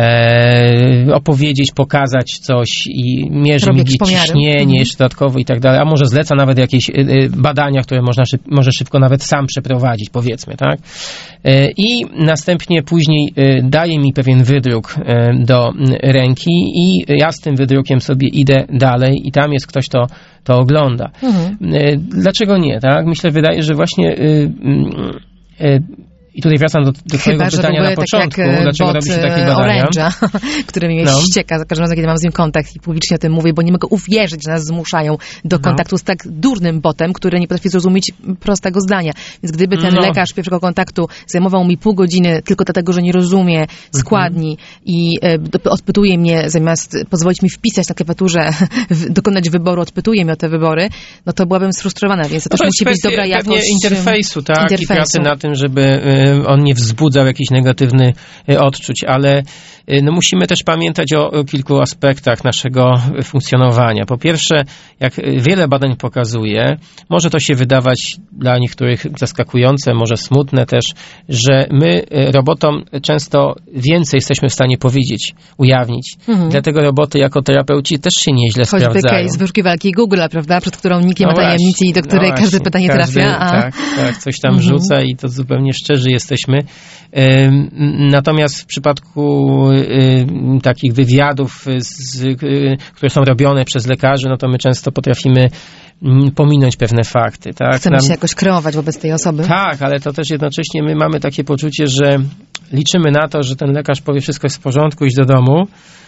[SPEAKER 3] e, opowiedzieć, pokazać coś i mierzy mi ciśnienie mhm. jeszcze dodatkowo i tak dalej, a może zleca nawet jakieś e, badania, które można szyb, może szybko nawet sam przeprowadzić, powiedzmy, tak? E, I następnie później e, daje mi pewien wydruk e, do ręki i ja z tym wydrukiem sobie idę dalej i tam jest ktoś, kto to ogląda. Mhm. Dlaczego nie, tak? Myślę, wydaje, że właśnie y, y, y, i tutaj wracam do, do twojego pytania na początku, tak dlaczego robi się takie badania. Orange'a,
[SPEAKER 1] który mnie
[SPEAKER 3] no.
[SPEAKER 1] ścieka za każdym razem, kiedy mam z nim kontakt i publicznie o tym mówię, bo nie mogę uwierzyć, że nas zmuszają do no. kontaktu z tak durnym botem, który nie potrafi zrozumieć prostego zdania. Więc gdyby ten no. lekarz pierwszego kontaktu zajmował mi pół godziny tylko dlatego, że nie rozumie składni mhm. i e, odpytuje mnie, zamiast pozwolić mi wpisać na klawiaturze, w, dokonać wyboru, odpytuje mnie o te wybory, no to byłabym sfrustrowana, więc to, to też musi być dobra jakość
[SPEAKER 3] interfejsu, tak?
[SPEAKER 1] interfejsu.
[SPEAKER 3] I pracy na tym, żeby on nie wzbudzał jakichś negatywnych odczuć, ale no musimy też pamiętać o, o kilku aspektach naszego funkcjonowania. Po pierwsze, jak wiele badań pokazuje, może to się wydawać dla niektórych zaskakujące, może smutne też, że my robotom często więcej jesteśmy w stanie powiedzieć, ujawnić. Mhm. Dlatego roboty jako terapeuci też się nieźle
[SPEAKER 1] Choćby
[SPEAKER 3] sprawdzają.
[SPEAKER 1] Choćby case wyrkiwalki Google'a, prawda, przed którą nikt nie ma no tajemnicy i do której no każde pytanie
[SPEAKER 3] każdy,
[SPEAKER 1] trafia. A...
[SPEAKER 3] Tak, tak, coś tam
[SPEAKER 1] mhm.
[SPEAKER 3] rzuca i to zupełnie szczerzy jesteśmy. Natomiast w przypadku takich wywiadów, z, które są robione przez lekarzy, no to my często potrafimy pominąć pewne fakty. Tak?
[SPEAKER 1] Chcemy Nam... się jakoś kreować wobec tej osoby.
[SPEAKER 3] Tak, ale to też jednocześnie my mamy takie poczucie, że liczymy na to, że ten lekarz powie, wszystko jest w porządku, idź do domu.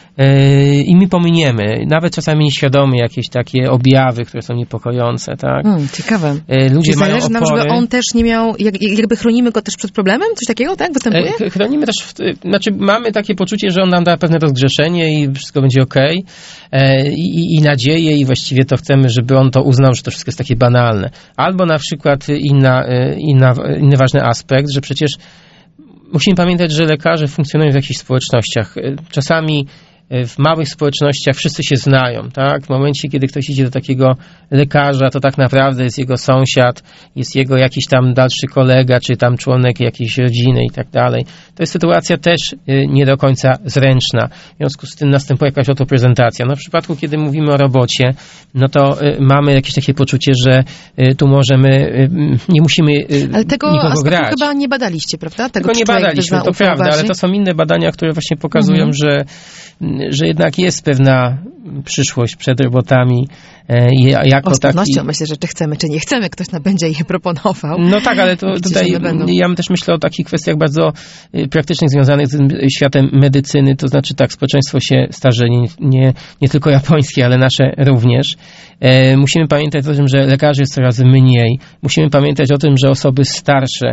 [SPEAKER 3] I my pominiemy, nawet czasami nieświadomie jakieś takie objawy, które są niepokojące, tak? Hmm,
[SPEAKER 1] ciekawe.
[SPEAKER 3] Ludzie
[SPEAKER 1] Czy
[SPEAKER 3] mają
[SPEAKER 1] zależy nam,
[SPEAKER 3] opory.
[SPEAKER 1] żeby on też nie miał, jak, jakby chronimy go też przed problemem? Coś takiego, tak? Występuje?
[SPEAKER 3] Chronimy też, w, znaczy mamy takie poczucie, że on nam da pewne rozgrzeszenie i wszystko będzie okej. Okay. I, i nadzieję i właściwie to chcemy, żeby on to uznał, że to wszystko jest takie banalne. Albo na przykład inna, inna, inny ważny aspekt, że przecież musimy pamiętać, że lekarze funkcjonują w jakichś społecznościach. Czasami w małych społecznościach wszyscy się znają, tak? W momencie, kiedy ktoś idzie do takiego lekarza, to tak naprawdę jest jego sąsiad, jest jego jakiś tam dalszy kolega, czy tam członek jakiejś rodziny i tak dalej. To jest sytuacja też nie do końca zręczna. W związku z tym następuje jakaś autoprezentacja. No w przypadku, kiedy mówimy o robocie, no to mamy jakieś takie poczucie, że tu możemy, nie musimy
[SPEAKER 1] ale tego
[SPEAKER 3] nikogo grać.
[SPEAKER 1] chyba nie badaliście, prawda? Tego,
[SPEAKER 3] tego nie badaliśmy, to prawda, ale to są inne badania, które właśnie pokazują, mhm. że że jednak jest pewna przyszłość przed robotami. Jako
[SPEAKER 1] o, z pewnością
[SPEAKER 3] taki...
[SPEAKER 1] myślę, że czy chcemy, czy nie chcemy, ktoś nam będzie je proponował.
[SPEAKER 3] No tak, ale to tutaj ja też myślę o takich kwestiach bardzo praktycznych związanych z tym światem medycyny, to znaczy tak, społeczeństwo się starzeje, nie, nie, nie tylko japońskie, ale nasze również. E, musimy pamiętać o tym, że lekarzy jest coraz mniej. Musimy pamiętać o tym, że osoby starsze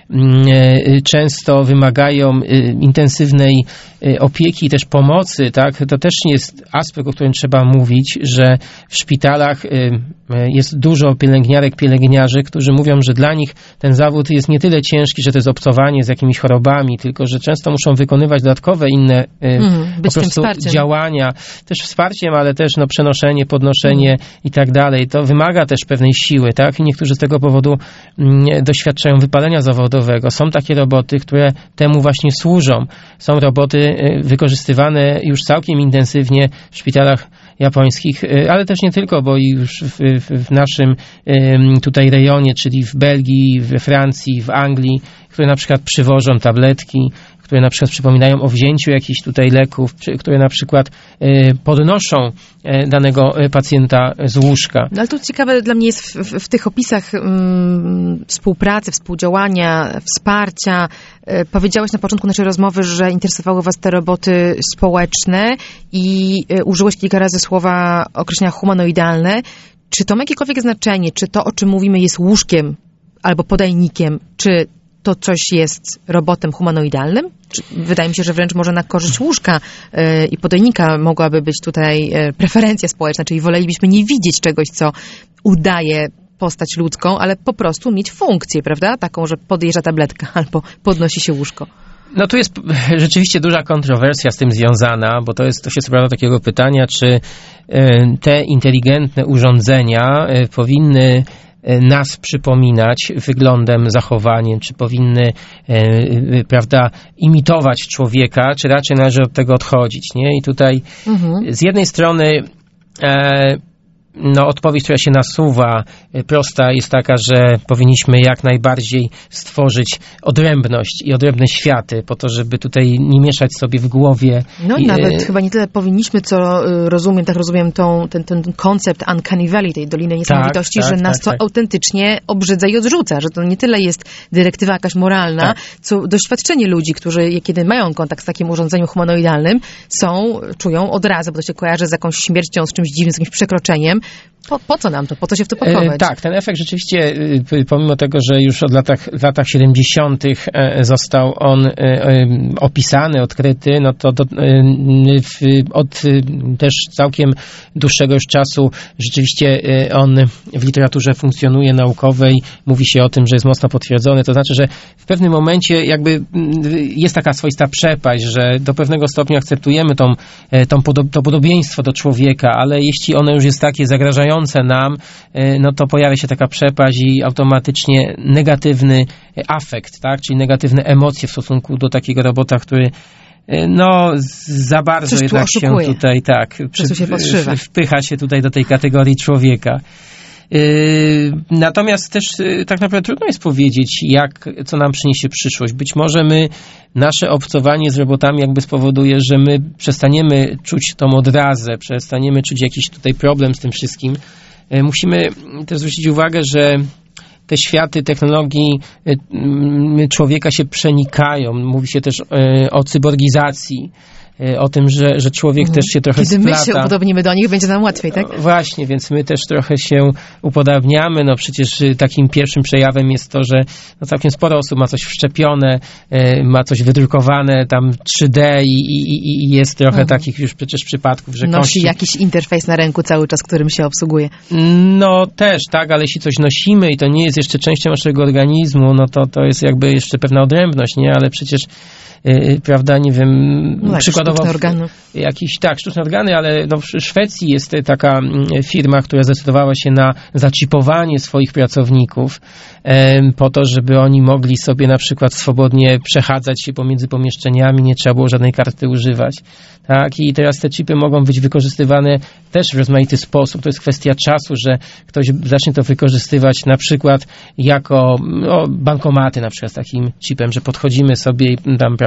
[SPEAKER 3] e, często wymagają e, intensywnej e, opieki i też pomocy, tak? To też nie jest aspekt, o którym trzeba mówić, że w szpitalach e, jest dużo pielęgniarek, pielęgniarzy, którzy mówią, że dla nich ten zawód jest nie tyle ciężki, że to jest obcowanie z jakimiś chorobami, tylko że często muszą wykonywać dodatkowe inne mm, po prostu działania, też wsparciem, ale też no, przenoszenie, podnoszenie mm. i tak dalej. To wymaga też pewnej siły, tak? I niektórzy z tego powodu mm, doświadczają wypalenia zawodowego. Są takie roboty, które temu właśnie służą. Są roboty y, wykorzystywane już całkiem intensywnie w szpitalach japońskich, ale też nie tylko, bo już w, w, w naszym tutaj rejonie, czyli w Belgii, we Francji, w Anglii, które na przykład przywożą tabletki, które na przykład przypominają o wzięciu jakichś tutaj leków, które na przykład podnoszą danego pacjenta z łóżka.
[SPEAKER 1] No ale to ciekawe dla mnie jest w, w, w tych opisach um, współpracy, współdziałania, wsparcia. Powiedziałeś na początku naszej rozmowy, że interesowały was te roboty społeczne i użyłeś kilka razy słowa określenia humanoidalne. Czy to ma jakiekolwiek znaczenie? Czy to, o czym mówimy, jest łóżkiem albo podajnikiem? Czy to coś jest robotem humanoidalnym? Wydaje mi się, że wręcz może na korzyść łóżka yy, i podajnika mogłaby być tutaj yy, preferencja społeczna, czyli wolelibyśmy nie widzieć czegoś, co udaje postać ludzką, ale po prostu mieć funkcję, prawda? Taką, że podjeżdża tabletka albo podnosi się łóżko.
[SPEAKER 3] No tu jest rzeczywiście duża kontrowersja z tym związana, bo to jest, to się sprowadza do takiego pytania, czy te inteligentne urządzenia powinny nas przypominać wyglądem, zachowaniem, czy powinny, e, prawda, imitować człowieka, czy raczej należy od tego odchodzić, nie? I tutaj mhm. z jednej strony e, no, odpowiedź, która się nasuwa, prosta jest taka, że powinniśmy jak najbardziej stworzyć odrębność i odrębne światy, po to, żeby tutaj nie mieszać sobie w głowie.
[SPEAKER 1] No i nawet e... chyba nie tyle powinniśmy, co rozumiem, tak rozumiem tą, ten, ten koncept Uncanny Valley, tej Doliny Niesamowitości, tak, tak, że nas tak, to tak. autentycznie obrzydza i odrzuca, że to nie tyle jest dyrektywa jakaś moralna, tak. co doświadczenie ludzi, którzy kiedy mają kontakt z takim urządzeniem humanoidalnym, są, czują od razu, bo to się kojarzy z jakąś śmiercią, z czymś dziwnym, z jakimś przekroczeniem. Po, po co nam to? Po co się w to pakować?
[SPEAKER 3] E, tak, ten efekt rzeczywiście, pomimo tego, że już od latach, latach siedemdziesiątych został on e, e, opisany, odkryty, no to do, e, w, od też całkiem dłuższego już czasu rzeczywiście on w literaturze funkcjonuje naukowej, mówi się o tym, że jest mocno potwierdzony, to znaczy, że w pewnym momencie jakby jest taka swoista przepaść, że do pewnego stopnia akceptujemy tą, tą podob, to podobieństwo do człowieka, ale jeśli ono już jest takie zagrażające nam, no to pojawia się taka przepaść i automatycznie negatywny afekt, tak? Czyli negatywne emocje w stosunku do takiego robota, który no za bardzo
[SPEAKER 1] Coś
[SPEAKER 3] jednak
[SPEAKER 1] tu
[SPEAKER 3] się tutaj tak
[SPEAKER 1] przy, się podszywa.
[SPEAKER 3] wpycha się tutaj do tej kategorii człowieka. Natomiast też tak naprawdę trudno jest powiedzieć, jak, co nam przyniesie przyszłość. Być może my, nasze obcowanie z robotami jakby spowoduje, że my przestaniemy czuć tą odrazę, przestaniemy czuć jakiś tutaj problem z tym wszystkim. Musimy też zwrócić uwagę, że te światy technologii człowieka się przenikają. Mówi się też o cyborgizacji. O tym, że, że człowiek mhm. też się trochę
[SPEAKER 1] Kiedy
[SPEAKER 3] splata.
[SPEAKER 1] my się upodobnimy do nich, będzie nam łatwiej, tak?
[SPEAKER 3] No, właśnie, więc my też trochę się upodabniamy. No przecież takim pierwszym przejawem jest to, że no, całkiem sporo osób ma coś wszczepione, y, ma coś wydrukowane, tam trzy D i, i, i jest trochę mhm. takich już przecież przypadków, że
[SPEAKER 1] nosi
[SPEAKER 3] kości...
[SPEAKER 1] jakiś interfejs na ręku cały czas, którym się obsługuje.
[SPEAKER 3] No też, tak, ale jeśli coś nosimy i to nie jest jeszcze częścią naszego organizmu, no to to jest jakby jeszcze pewna odrębność, nie? Ale przecież Yy, prawda, nie wiem,
[SPEAKER 1] no,
[SPEAKER 3] przykładowo
[SPEAKER 1] sztuczne organy.
[SPEAKER 3] Jakiś, tak, sztuczne organy, ale no w Szwecji jest taka firma, która zdecydowała się na zaczipowanie swoich pracowników e, po to, żeby oni mogli sobie na przykład swobodnie przechadzać się pomiędzy pomieszczeniami, nie trzeba było żadnej karty używać. Tak, i teraz te chipy mogą być wykorzystywane też w rozmaity sposób. To jest kwestia czasu, że ktoś zacznie to wykorzystywać na przykład jako no, bankomaty na przykład z takim chipem, że podchodzimy sobie i tam, prawda,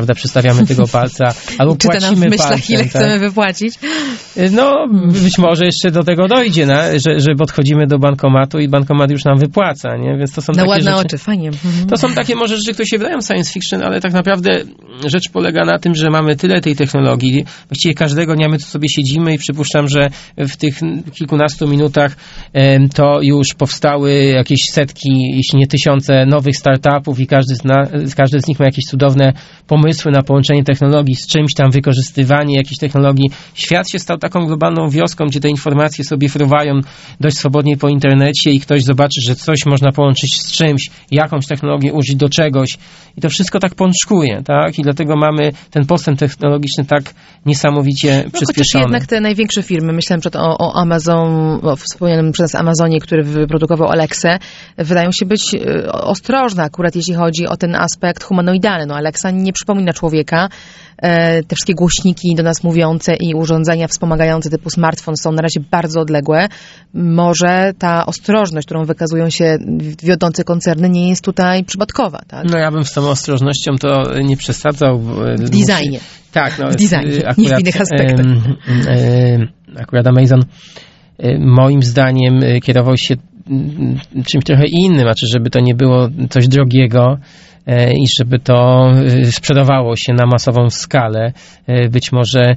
[SPEAKER 3] prawda, przystawiamy tego palca, albo
[SPEAKER 1] Czyta
[SPEAKER 3] płacimy
[SPEAKER 1] nam w myślach,
[SPEAKER 3] palcem,
[SPEAKER 1] ile
[SPEAKER 3] tak?
[SPEAKER 1] chcemy wypłacić.
[SPEAKER 3] No, być może jeszcze do tego dojdzie, no, że, że podchodzimy do bankomatu i bankomat już nam wypłaca, nie? Więc to są
[SPEAKER 1] Na
[SPEAKER 3] takie
[SPEAKER 1] ładne
[SPEAKER 3] rzeczy.
[SPEAKER 1] oczy, fajnie. Mhm.
[SPEAKER 3] To są takie może rzeczy, które się wydają science fiction, ale tak naprawdę rzecz polega na tym, że mamy tyle tej technologii. Właściwie każdego dnia my tu sobie siedzimy i przypuszczam, że w tych kilkunastu minutach em, to już powstały jakieś setki, jeśli nie tysiące nowych startupów i każdy z, na, każdy z nich ma jakieś cudowne pomysły na połączenie technologii z czymś tam, wykorzystywanie jakichś technologii. Świat się stał taką globalną wioską, gdzie te informacje sobie fruwają dość swobodnie po internecie i ktoś zobaczy, że coś można połączyć z czymś, jakąś technologię użyć do czegoś i to wszystko tak pączkuje, tak? I dlatego mamy ten postęp technologiczny tak niesamowicie
[SPEAKER 1] No,
[SPEAKER 3] przyspieszony.
[SPEAKER 1] chociaż jednak te największe firmy, myślałem przed o, o Amazon, o wspomnianym przez Amazonie, który wyprodukował Alexę, wydają się być y, ostrożne akurat jeśli chodzi o ten aspekt humanoidalny. No Alexa nie przypomina człowieka. E, te wszystkie głośniki do nas mówiące i urządzenia wspomagające typu smartfon są na razie bardzo odległe. Może ta ostrożność, którą wykazują się wiodące koncerny, nie jest tutaj przypadkowa, tak?
[SPEAKER 3] No ja bym z tą ostrożnością to nie przesadzał.
[SPEAKER 1] W designie.
[SPEAKER 3] Tak, no.
[SPEAKER 1] W designie,
[SPEAKER 3] akurat,
[SPEAKER 1] nie w innych aspektach.
[SPEAKER 3] E, e, akurat Amazon e, moim zdaniem kierował się czymś trochę innym, znaczy żeby to nie było coś drogiego i żeby to sprzedawało się na masową skalę. Być może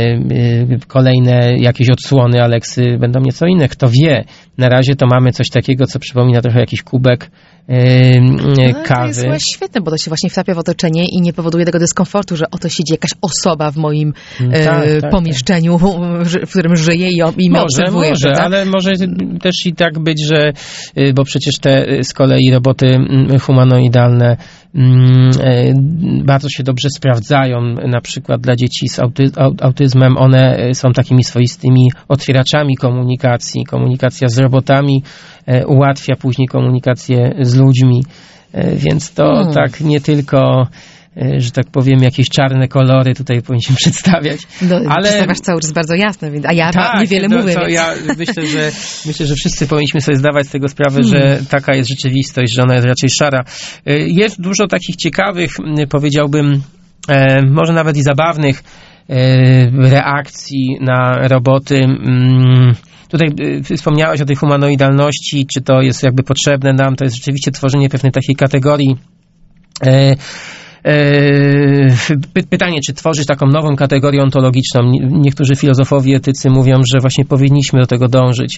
[SPEAKER 3] kolejne jakieś odsłony Alexy będą nieco inne, kto wie. Na razie to mamy coś takiego, co przypomina trochę jakiś kubek
[SPEAKER 1] no,
[SPEAKER 3] kawy.
[SPEAKER 1] To jest chyba świetne, bo to się właśnie wtapia w otoczenie i nie powoduje tego dyskomfortu, że oto siedzi jakaś osoba w moim
[SPEAKER 3] tak,
[SPEAKER 1] e,
[SPEAKER 3] tak,
[SPEAKER 1] pomieszczeniu, tak. w którym żyje i, i mnie
[SPEAKER 3] może,
[SPEAKER 1] obserwuje.
[SPEAKER 3] Może,
[SPEAKER 1] prawda?
[SPEAKER 3] ale może też i tak być, że bo przecież te z kolei roboty humanoidalne bardzo się dobrze sprawdzają, na przykład dla dzieci z auty- autyzmem. One są takimi swoistymi otwieraczami komunikacji. Komunikacja z robotami ułatwia później komunikację z ludźmi, więc to hmm. tak nie tylko, że tak powiem, jakieś czarne kolory tutaj powinniśmy przedstawiać.
[SPEAKER 1] No,
[SPEAKER 3] ale
[SPEAKER 1] przedstawiasz cały czas bardzo jasno, więc, a ja
[SPEAKER 3] tak,
[SPEAKER 1] niewiele
[SPEAKER 3] to,
[SPEAKER 1] mówię.
[SPEAKER 3] To
[SPEAKER 1] więc...
[SPEAKER 3] ja myślę, że myślę, że wszyscy powinniśmy sobie zdawać z tego sprawę, hmm. że taka jest rzeczywistość, że ona jest raczej szara. Jest dużo takich ciekawych, powiedziałbym, może nawet i zabawnych reakcji na roboty. Tutaj wspomniałaś o tej humanoidalności, czy to jest jakby potrzebne nam, to jest rzeczywiście tworzenie pewnej takiej kategorii. Pytanie, czy tworzyć taką nową kategorię ontologiczną. Niektórzy filozofowie, etycy mówią, że właśnie powinniśmy do tego dążyć,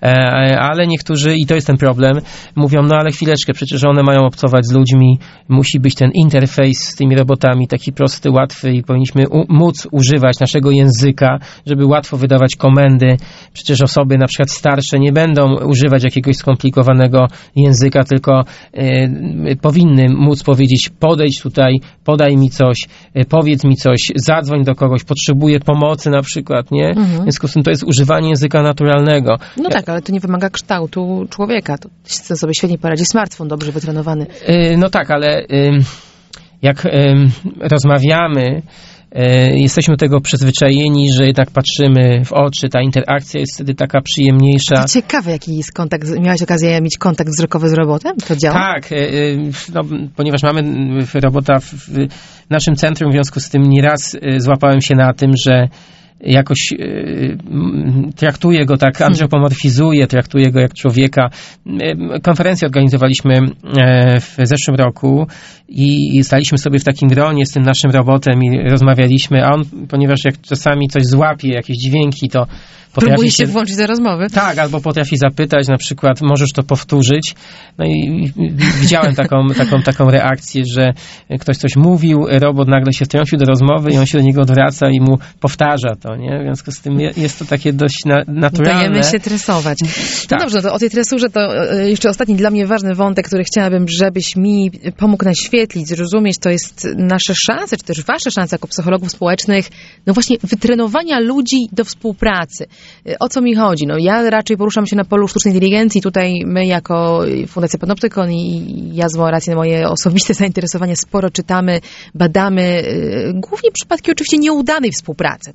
[SPEAKER 3] ale niektórzy, i to jest ten problem, mówią, no ale chwileczkę, przecież one mają obcować z ludźmi, musi być ten interfejs z tymi robotami taki prosty, łatwy i powinniśmy u- móc używać naszego języka, żeby łatwo wydawać komendy. Przecież osoby na przykład starsze nie będą używać jakiegoś skomplikowanego języka, tylko y, powinny móc powiedzieć, podejdź tutaj, podaj mi coś, powiedz mi coś, zadzwoń do kogoś, potrzebuję pomocy na przykład, nie? Mhm. W związku z tym to jest używanie języka naturalnego.
[SPEAKER 1] No tak, ale to nie wymaga kształtu człowieka. To sobie świetnie poradzi smartfon, dobrze wytrenowany.
[SPEAKER 3] Yy, no tak, ale yy, jak yy, rozmawiamy, jesteśmy do tego przyzwyczajeni, że jednak patrzymy w oczy, ta interakcja jest wtedy taka przyjemniejsza.
[SPEAKER 1] To ciekawe, jaki jest kontakt. Miałeś okazję mieć kontakt wzrokowy z robotem? To działa?
[SPEAKER 3] Tak, no, ponieważ mamy robota w naszym centrum, w związku z tym nieraz złapałem się na tym, że jakoś y, traktuje go tak, antropomorfizuje, traktuje go jak człowieka. Konferencję organizowaliśmy w zeszłym roku i staliśmy sobie w takim gronie z tym naszym robotem i rozmawialiśmy, a on, ponieważ jak czasami coś złapie, jakieś dźwięki, to potrafi
[SPEAKER 1] próbuje się włączyć do rozmowy.
[SPEAKER 3] Tak, albo potrafi zapytać, na przykład, możesz to powtórzyć. No i widziałem taką, taką, taką reakcję, że ktoś coś mówił, robot nagle się wtrącił do rozmowy i on się do niego odwraca i mu powtarza to, nie? W związku z tym jest to takie dość na, naturalne.
[SPEAKER 1] Dajemy się tresować. No
[SPEAKER 3] tak.
[SPEAKER 1] Dobrze, to o tej tresurze to jeszcze ostatni dla mnie ważny wątek, który chciałabym, żebyś mi pomógł naświetlić, zrozumieć, to jest nasze szanse, czy też wasze szanse jako psychologów społecznych, no właśnie wytrenowania ludzi do współpracy. O co mi chodzi? No ja raczej poruszam się na polu sztucznej inteligencji. Tutaj my jako Fundacja Panoptykon i ja z mojej racji na moje osobiste zainteresowanie sporo czytamy, badamy, głównie przypadki oczywiście nieudanej współpracy, tak? Bo te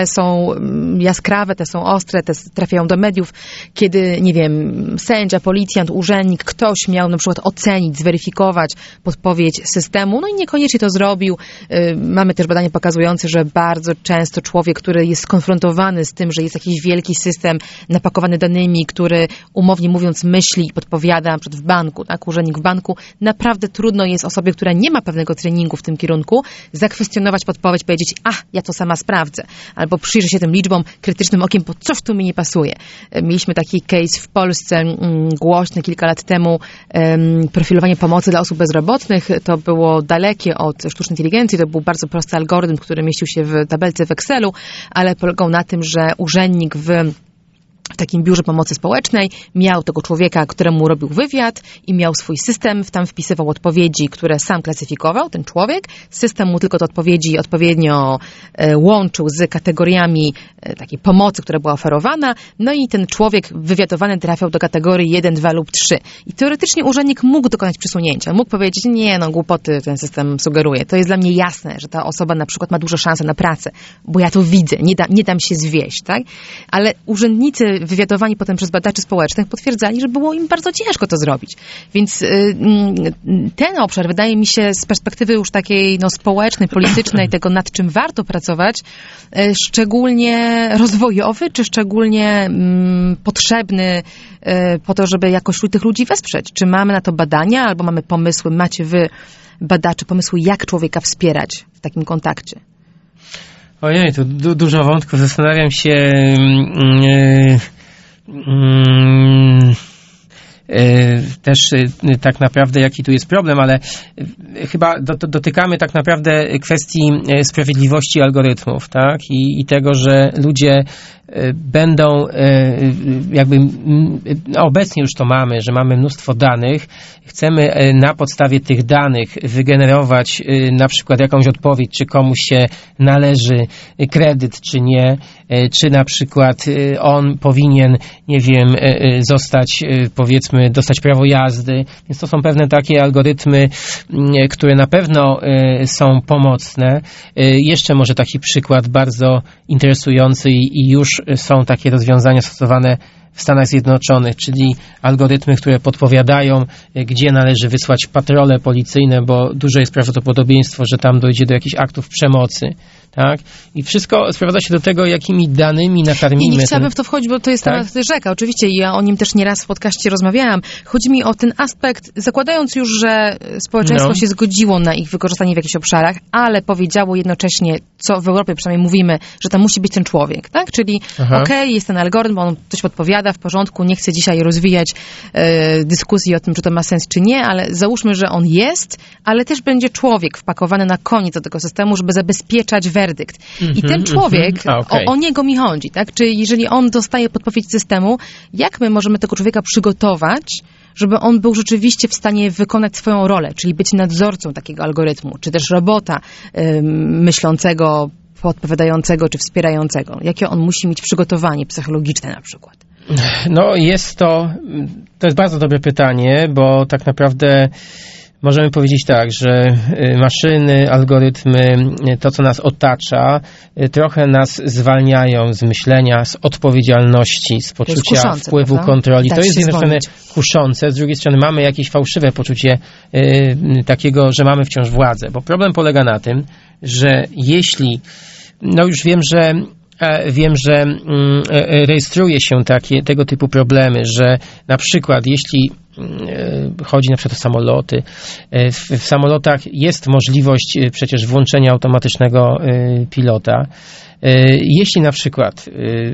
[SPEAKER 1] te są jaskrawe, te są ostre, te trafiają do mediów, kiedy, nie wiem, sędzia, policjant, urzędnik, ktoś miał na przykład ocenić, zweryfikować podpowiedź systemu, no i niekoniecznie to zrobił. Mamy też badania pokazujące, że bardzo często człowiek, który jest skonfrontowany z tym, że jest jakiś wielki system napakowany danymi, który umownie mówiąc myśli i podpowiada, na przykład w banku, tak, urzędnik w banku, naprawdę trudno jest osobie, która nie ma pewnego treningu w tym kierunku, zakwestionować podpowiedź, powiedzieć, a, ja to sama sprawdzę, albo przyjrzę się tym liczbom krytycznym okiem, bo coś tu mi nie pasuje. Mieliśmy taki case w Polsce mm, głośny kilka lat temu, um, profilowanie pomocy dla osób bezrobotnych. To było dalekie od sztucznej inteligencji, to był bardzo prosty algorytm, który mieścił się w tabelce w Excelu, ale polegał na tym, że urzędnik w w takim biurze pomocy społecznej miał tego człowieka, któremu robił wywiad i miał swój system, tam wpisywał odpowiedzi, które sam klasyfikował, ten człowiek. System mu tylko te odpowiedzi odpowiednio e, łączył z kategoriami e, takiej pomocy, która była oferowana, no i ten człowiek wywiadowany trafiał do kategorii jeden, dwa lub trzy. I teoretycznie urzędnik mógł dokonać przesunięcia. Mógł powiedzieć, nie no, głupoty ten system sugeruje. To jest dla mnie jasne, że ta osoba na przykład ma duże szanse na pracę, bo ja to widzę, nie, da, nie dam się zwieść, tak? Ale urzędnicy wywiadowani potem przez badaczy społecznych potwierdzali, że było im bardzo ciężko to zrobić. Więc y, ten obszar wydaje mi się z perspektywy już takiej no, społecznej, politycznej, tego nad czym warto pracować, y, szczególnie rozwojowy, czy szczególnie y, potrzebny y, po to, żeby jakoś tych ludzi wesprzeć. Czy mamy na to badania, albo mamy pomysły, macie wy badacze pomysły, jak człowieka wspierać w takim kontakcie?
[SPEAKER 3] Ojej, to du- dużo wątków. Zastanawiam się yy, yy, yy, też yy, tak naprawdę, jaki tu jest problem, ale yy, chyba do, do, dotykamy tak naprawdę kwestii yy, sprawiedliwości algorytmów, tak? I, i tego, że ludzie będą jakby, obecnie już to mamy, że mamy mnóstwo danych, chcemy na podstawie tych danych wygenerować na przykład jakąś odpowiedź, czy komuś się należy kredyt, czy nie, czy na przykład on powinien, nie wiem, zostać, powiedzmy, dostać prawo jazdy, więc to są pewne takie algorytmy, które na pewno są pomocne. Jeszcze może taki przykład bardzo interesujący i już są takie rozwiązania stosowane w Stanach Zjednoczonych, czyli algorytmy, które podpowiadają, gdzie należy wysłać patrole policyjne, bo duże jest prawdopodobieństwo, że tam dojdzie do jakichś aktów przemocy. Tak? I wszystko sprowadza się do tego, jakimi danymi nakarmimy.
[SPEAKER 1] I nie chciałabym
[SPEAKER 3] ten...
[SPEAKER 1] w to wchodzić, bo to jest
[SPEAKER 3] tak?
[SPEAKER 1] temat rzeka. Oczywiście ja o nim też nieraz w podcaście rozmawiałam. Chodzi mi o ten aspekt, zakładając już, że społeczeństwo no. się zgodziło na ich wykorzystanie w jakichś obszarach, ale powiedziało jednocześnie, co w Europie przynajmniej mówimy, że tam musi być ten człowiek. Tak? Czyli okej, okay, jest ten algorytm, on coś podpowiada, w porządku, nie chcę dzisiaj rozwijać e, dyskusji o tym, czy to ma sens, czy nie, ale załóżmy, że on jest, ale też będzie człowiek wpakowany na koniec do tego systemu, żeby zabezpieczać werdykt. Mm-hmm, I ten człowiek, mm-hmm. okay. o, o niego mi chodzi, tak? Czyli jeżeli on dostaje podpowiedź systemu, jak my możemy tego człowieka przygotować, żeby on był rzeczywiście w stanie wykonać swoją rolę, czyli być nadzorcą takiego algorytmu, czy też robota y, myślącego, podpowiadającego, czy wspierającego. Jakie on musi mieć przygotowanie psychologiczne na przykład?
[SPEAKER 3] No jest to, to jest bardzo dobre pytanie, bo tak naprawdę możemy powiedzieć tak, że maszyny, algorytmy, to co nas otacza, trochę nas zwalniają z myślenia, z odpowiedzialności, z poczucia kuszące, wpływu, prawda? Kontroli. Da to jest z jednej strony kuszące, z drugiej strony mamy jakieś fałszywe poczucie y, takiego, że mamy wciąż władzę. Bo problem polega na tym, że jeśli, no już wiem, że Wiem, że rejestruje się takie, tego typu problemy, że na przykład jeśli chodzi na przykład o samoloty, w, w samolotach jest możliwość przecież włączenia automatycznego pilota. Jeśli na przykład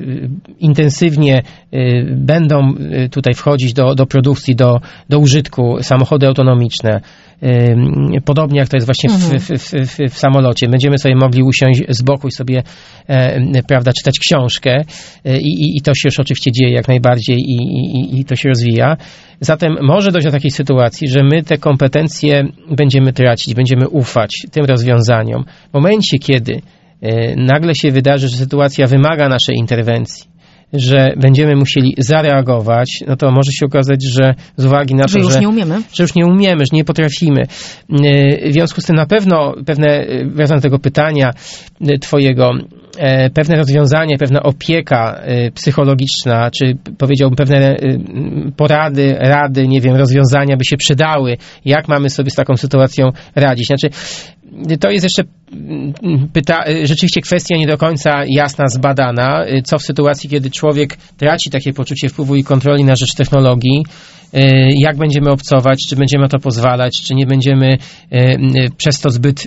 [SPEAKER 3] intensywnie będą tutaj wchodzić do, do produkcji, do, do użytku samochody autonomiczne, podobnie jak to jest właśnie w, w, w, w, w samolocie, będziemy sobie mogli usiąść z boku i sobie prawda, czytać książkę i, i to się już oczywiście dzieje jak najbardziej i, i, i to się rozwija. Zatem może dojść do takiej sytuacji, że my te kompetencje będziemy tracić, będziemy ufać tym rozwiązaniom. W momencie, kiedy nagle się wydarzy, że sytuacja wymaga naszej interwencji, że będziemy musieli zareagować, no to może się okazać, że z uwagi na to,
[SPEAKER 1] że już że, nie umiemy,
[SPEAKER 3] że już nie umiemy, że nie potrafimy. W związku z tym na pewno pewne, wracając do tego pytania twojego, e, pewne rozwiązanie, pewna opieka e, psychologiczna, czy powiedziałbym pewne e, porady, rady, nie wiem, rozwiązania by się przydały, jak mamy sobie z taką sytuacją radzić. Znaczy, to jest jeszcze pyta, rzeczywiście kwestia nie do końca jasna, zbadana, co w sytuacji, kiedy człowiek traci takie poczucie wpływu i kontroli na rzecz technologii, jak będziemy obcować, czy będziemy na to pozwalać, czy nie będziemy przez to zbyt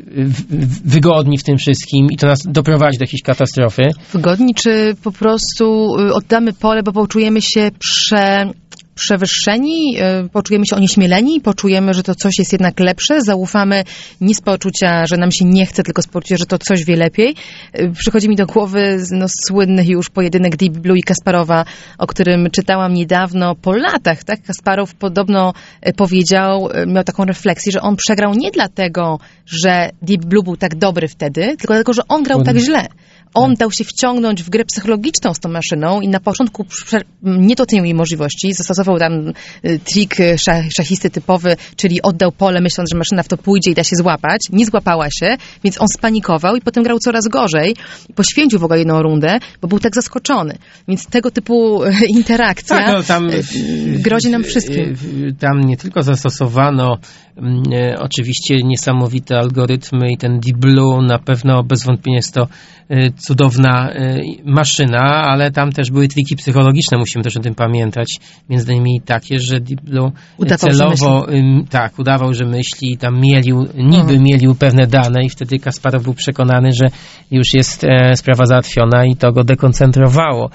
[SPEAKER 3] wygodni w tym wszystkim i to nas doprowadzi do jakiejś katastrofy.
[SPEAKER 1] Wygodni, czy po prostu oddamy pole, bo poczujemy się prze... przewyższeni, poczujemy się onieśmieleni, poczujemy, że to coś jest jednak lepsze, zaufamy nie z poczucia, że nam się nie chce, tylko z poczucia, że to coś wie lepiej. Przychodzi mi do głowy no, słynny już pojedynek Deep Blue i Kasparowa, o którym czytałam niedawno po latach. Tak? Kasparow podobno powiedział, miał taką refleksję, że on przegrał nie dlatego, że Deep Blue był tak dobry wtedy, tylko dlatego, że on grał tak źle. On dał się wciągnąć w grę psychologiczną z tą maszyną i na początku nie docenił jej możliwości. Zastosował tam trik szachisty typowy, czyli oddał pole, myśląc, że maszyna w to pójdzie i da się złapać. Nie złapała się, więc on spanikował i potem grał coraz gorzej. Poświęcił w ogóle jedną rundę, bo był tak zaskoczony. Więc tego typu interakcja tak, no, tam, grozi nam wszystkim.
[SPEAKER 3] Tam nie tylko zastosowano e, oczywiście niesamowite algorytmy i ten Deep Blue na pewno bez wątpienia jest to e, cudowna e, maszyna, ale tam też były triki psychologiczne, musimy też o tym pamiętać. Między innymi takie, że Deep Blue udawał, celowo że tak, udawał, że myśli, tam mielił, niby mhm. mielił pewne dane i wtedy Kasparow był przekonany, że już jest e, sprawa załatwiona i to go dekoncentrowało.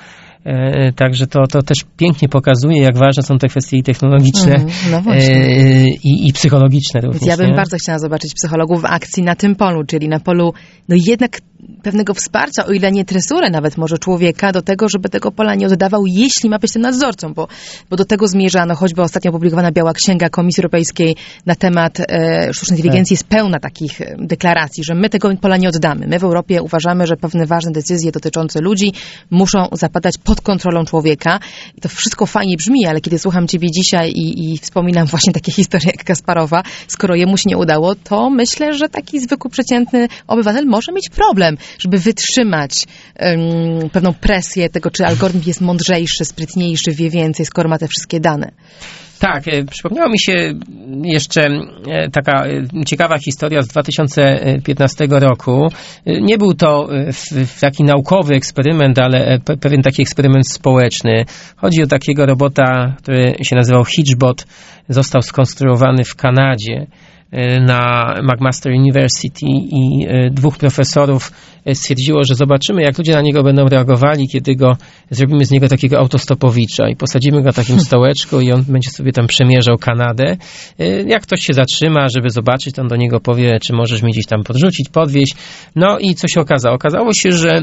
[SPEAKER 3] E, także to, to też pięknie pokazuje, jak ważne są te kwestie i technologiczne mm, no e, i, i psychologiczne również.
[SPEAKER 1] Ja bym
[SPEAKER 3] nie?
[SPEAKER 1] bardzo chciała zobaczyć psychologów w akcji na tym polu, czyli na polu no jednak pewnego wsparcia, o ile nie tresurę nawet może człowieka do tego, żeby tego pola nie oddawał, jeśli ma być tym nadzorcą, bo, bo do tego zmierzano, choćby ostatnio opublikowana Biała Księga Komisji Europejskiej na temat e, sztucznej inteligencji tak. jest pełna takich deklaracji, że my tego pola nie oddamy. My w Europie uważamy, że pewne ważne decyzje dotyczące ludzi muszą zapadać pod kontrolą człowieka. I to wszystko fajnie brzmi, ale kiedy słucham ciebie dzisiaj i, i wspominam właśnie takie historie jak Kasparowa, skoro jemu się nie udało, to myślę, że taki zwykły, przeciętny obywatel może mieć problem, żeby wytrzymać um, pewną presję tego, czy algorytm jest mądrzejszy, sprytniejszy, wie więcej, skoro ma te wszystkie dane.
[SPEAKER 3] Tak, przypomniała mi się jeszcze taka ciekawa historia z dwa tysiące piętnastego roku. Nie był to taki naukowy eksperyment, ale pewien taki eksperyment społeczny. Chodzi o takiego robota, który się nazywał Hitchbot. Został skonstruowany w Kanadzie na McMaster University i dwóch profesorów stwierdziło, że zobaczymy, jak ludzie na niego będą reagowali, kiedy go zrobimy z niego takiego autostopowicza i posadzimy go na takim stołeczku i on będzie sobie tam przemierzał Kanadę. Jak ktoś się zatrzyma, żeby zobaczyć, to on do niego powie, czy możesz mnie gdzieś tam podrzucić, podwieźć. No i co się okazało? Okazało się, że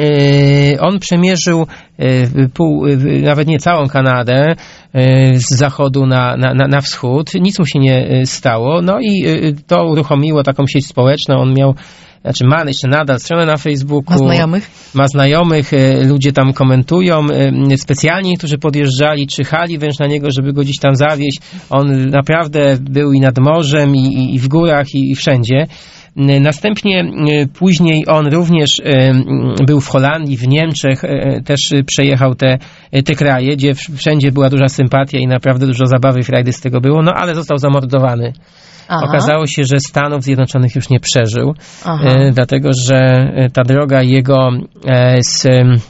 [SPEAKER 3] on przemierzył pół, nawet nie całą Kanadę z zachodu na, na, na wschód. Nic mu się nie stało. No i to uruchomiło taką sieć społeczną. On miał Znaczy ma jeszcze nadal stronę na Facebooku.
[SPEAKER 1] Ma znajomych?
[SPEAKER 3] Ma znajomych, ludzie tam komentują. Specjalnie niektórzy podjeżdżali, czyhali wręcz na niego, żeby go gdzieś tam zawieźć. On naprawdę był i nad morzem, i, i w górach, i, i wszędzie. Następnie później on również był w Holandii, w Niemczech, też przejechał te, te kraje, gdzie wszędzie była duża sympatia i naprawdę dużo zabawy i frajdy z tego było, no ale został zamordowany. Aha. Okazało się, że Stanów Zjednoczonych już nie przeżył, e, dlatego że ta droga jego e, z,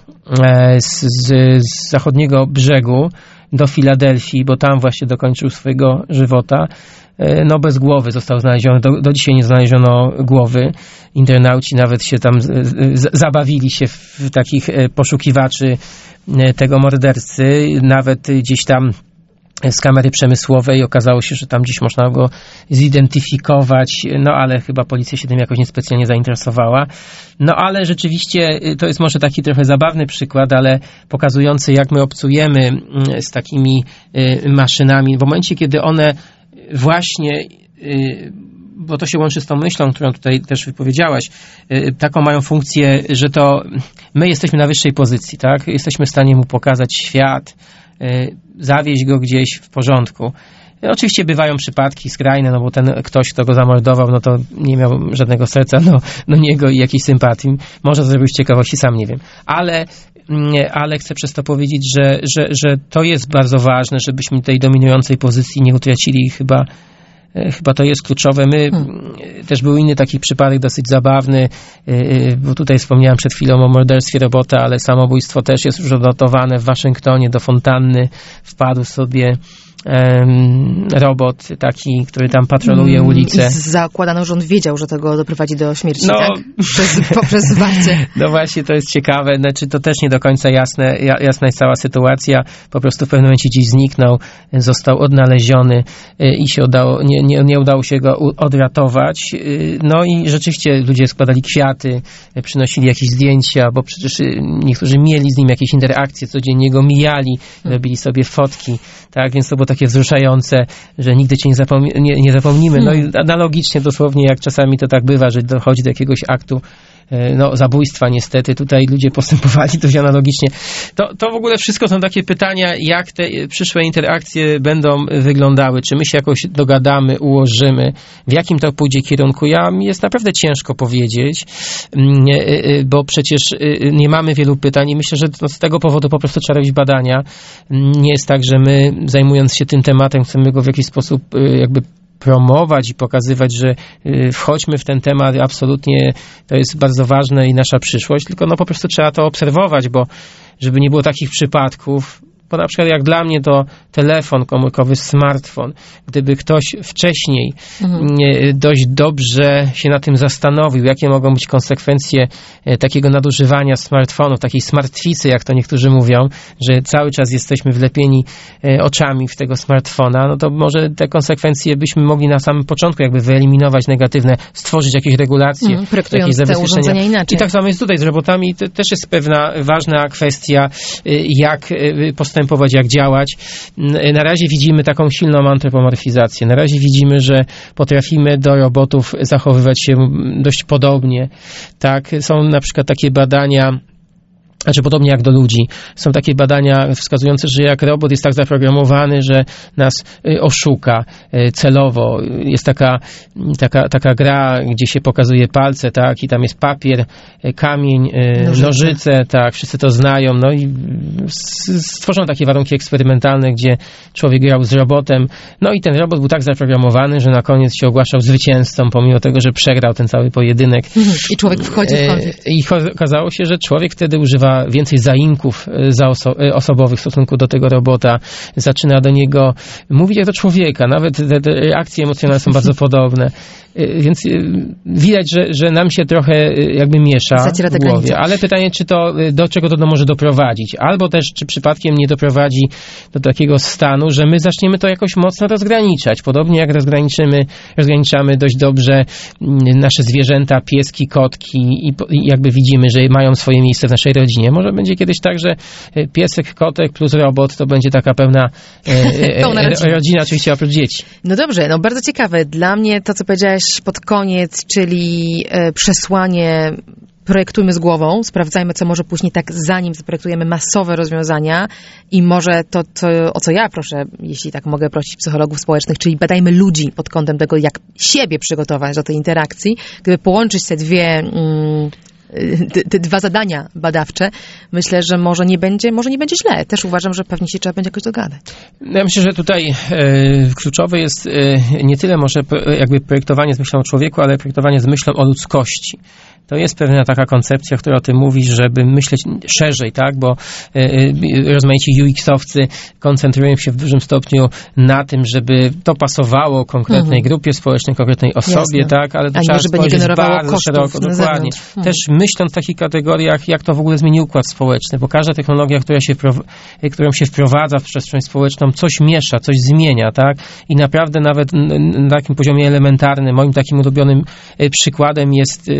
[SPEAKER 3] e, z, z zachodniego brzegu do Filadelfii, bo tam właśnie dokończył swojego żywota, e, no bez głowy został znaleziony. Do, do dzisiaj nie znaleziono głowy. Internauci nawet się tam z, z, zabawili się w takich poszukiwaczy tego mordercy. Nawet gdzieś tam z kamery przemysłowej okazało się, że tam gdzieś można go zidentyfikować, no ale chyba policja się tym jakoś niespecjalnie zainteresowała. No ale rzeczywiście to jest może taki trochę zabawny przykład, ale pokazujący, jak my obcujemy z takimi maszynami. W momencie, kiedy one właśnie, bo to się łączy z tą myślą, którą tutaj też wypowiedziałaś, taką mają funkcję, że to my jesteśmy na wyższej pozycji, tak? Jesteśmy w stanie mu pokazać świat, zawieźć go gdzieś w porządku. Oczywiście bywają przypadki skrajne, no bo ten ktoś, kto go zamordował, no to nie miał żadnego serca do, do niego i jakiejś sympatii. Może to zrobił z ciekawości, sam nie wiem. Ale, ale chcę przez to powiedzieć, że, że, że to jest bardzo ważne, żebyśmy tej dominującej pozycji nie utracili. Chyba Chyba to jest kluczowe. My, hmm. też był inny taki przypadek dosyć zabawny, bo tutaj wspomniałem przed chwilą o morderstwie robota, ale samobójstwo też jest już odnotowane w Waszyngtonie. Do fontanny wpadł sobie um, robot taki, który tam patroluje hmm. ulicę.
[SPEAKER 1] I zakładano, że on wiedział, że to go doprowadzi do śmierci,
[SPEAKER 3] no,
[SPEAKER 1] tak? Przez, poprzez zwarcie.
[SPEAKER 3] No właśnie, to jest ciekawe. Znaczy, to też nie do końca jasne, jasna jest cała sytuacja. Po prostu w pewnym momencie gdzieś zniknął, został odnaleziony i się udało, nie, nie, nie udało się go odratować. No i rzeczywiście ludzie składali kwiaty, przynosili jakieś zdjęcia, bo przecież niektórzy mieli z nim jakieś interakcje, codziennie go mijali, robili sobie fotki, tak, więc to było takie wzruszające, że nigdy cię nie, zapomni- nie, nie zapomnimy. No i analogicznie dosłownie, jak czasami to tak bywa, że dochodzi do jakiegoś aktu no, zabójstwa niestety. Tutaj ludzie postępowali dość analogicznie. To, to w ogóle wszystko są takie pytania, jak te przyszłe interakcje będą wyglądały, czy my się jakoś dogadamy, ułożymy, w jakim to pójdzie kierunku. Ja, mi jest naprawdę ciężko powiedzieć, bo przecież nie mamy wielu pytań i myślę, że z tego powodu po prostu trzeba robić badania. Nie jest tak, że my, zajmując się tym tematem, chcemy go w jakiś sposób jakby promować i pokazywać, że wchodźmy w ten temat, absolutnie to jest bardzo ważne i nasza przyszłość, tylko no po prostu trzeba to obserwować, bo żeby nie było takich przypadków, bo na przykład jak dla mnie to telefon komórkowy, smartfon, gdyby ktoś wcześniej mhm. dość dobrze się na tym zastanowił, jakie mogą być konsekwencje takiego nadużywania smartfonów, takiej smartficy, jak to niektórzy mówią, że cały czas jesteśmy wlepieni oczami w tego smartfona, no to może te konsekwencje byśmy mogli na samym początku jakby wyeliminować negatywne, stworzyć jakieś regulacje,
[SPEAKER 1] mhm, projektując
[SPEAKER 3] jakieś
[SPEAKER 1] te urządzenia inaczej.
[SPEAKER 3] I tak samo jest tutaj z robotami, to też jest pewna ważna kwestia, jak postępować, jak działać. Na razie widzimy taką silną antropomorfizację. Na razie widzimy, że potrafimy do robotów zachowywać się dość podobnie. Tak, są na przykład takie badania, znaczy podobnie jak do ludzi. Są takie badania wskazujące, że jak robot jest tak zaprogramowany, że nas oszuka celowo. Jest taka, taka, taka gra, gdzie się pokazuje palce, tak, i tam jest papier, kamień, nożyce, nożyce tak, wszyscy to znają. No i stworzono takie warunki eksperymentalne, gdzie człowiek grał z robotem. No i ten robot był tak zaprogramowany, że na koniec się ogłaszał zwycięzcą, pomimo tego, że przegrał ten cały pojedynek.
[SPEAKER 1] I człowiek wchodzi w konflikt.
[SPEAKER 3] I okazało się, że człowiek wtedy używa więcej zaimków zaoso- osobowych w stosunku do tego robota, zaczyna do niego mówić jak do człowieka, nawet te, te reakcje emocjonalne są bardzo podobne, więc widać, że, że nam się trochę jakby miesza w głowie, ale pytanie, czy to, do czego to może doprowadzić, albo też, czy przypadkiem nie doprowadzi do takiego stanu, że my zaczniemy to jakoś mocno rozgraniczać, podobnie jak rozgraniczymy, rozgraniczamy dość dobrze nasze zwierzęta, pieski, kotki i, i jakby widzimy, że mają swoje miejsce w naszej rodzinie. Może będzie kiedyś tak, że piesek, kotek plus robot to będzie taka pełna e, e, rodzina, oczywiście oprócz dzieci.
[SPEAKER 1] No dobrze, no bardzo ciekawe. Dla mnie to, co powiedziałeś pod koniec, czyli e, przesłanie projektujmy z głową, sprawdzajmy, co może później tak, zanim zaprojektujemy masowe rozwiązania i może to, to, o co ja proszę, jeśli tak mogę prosić psychologów społecznych, czyli badajmy ludzi pod kątem tego, jak siebie przygotować do tej interakcji. Gdyby połączyć te dwie... Mm, Te, te dwa zadania badawcze, myślę, że może nie będzie, może nie będzie źle. Też uważam, że pewnie się trzeba będzie jakoś dogadać.
[SPEAKER 3] Ja myślę, że tutaj e, kluczowe jest e, nie tyle może jakby projektowanie z myślą o człowieku, ale projektowanie z myślą o ludzkości. To jest pewna taka koncepcja, która o tym mówi, żeby myśleć szerzej, tak, bo y, y, rozmaici U X-owcy koncentrują się w dużym stopniu na tym, żeby to pasowało konkretnej mhm. grupie społecznej, konkretnej osobie, Jasne. tak, ale to
[SPEAKER 1] A
[SPEAKER 3] trzeba
[SPEAKER 1] nie, żeby nie generowało
[SPEAKER 3] bardzo szeroko, dokładnie. Mhm. Też myśląc w takich kategoriach, jak to w ogóle zmieni układ społeczny, bo każda technologia, która się, którą się wprowadza w przestrzeń społeczną, coś miesza, coś zmienia, tak, i naprawdę nawet na takim poziomie elementarnym, moim takim ulubionym przykładem jest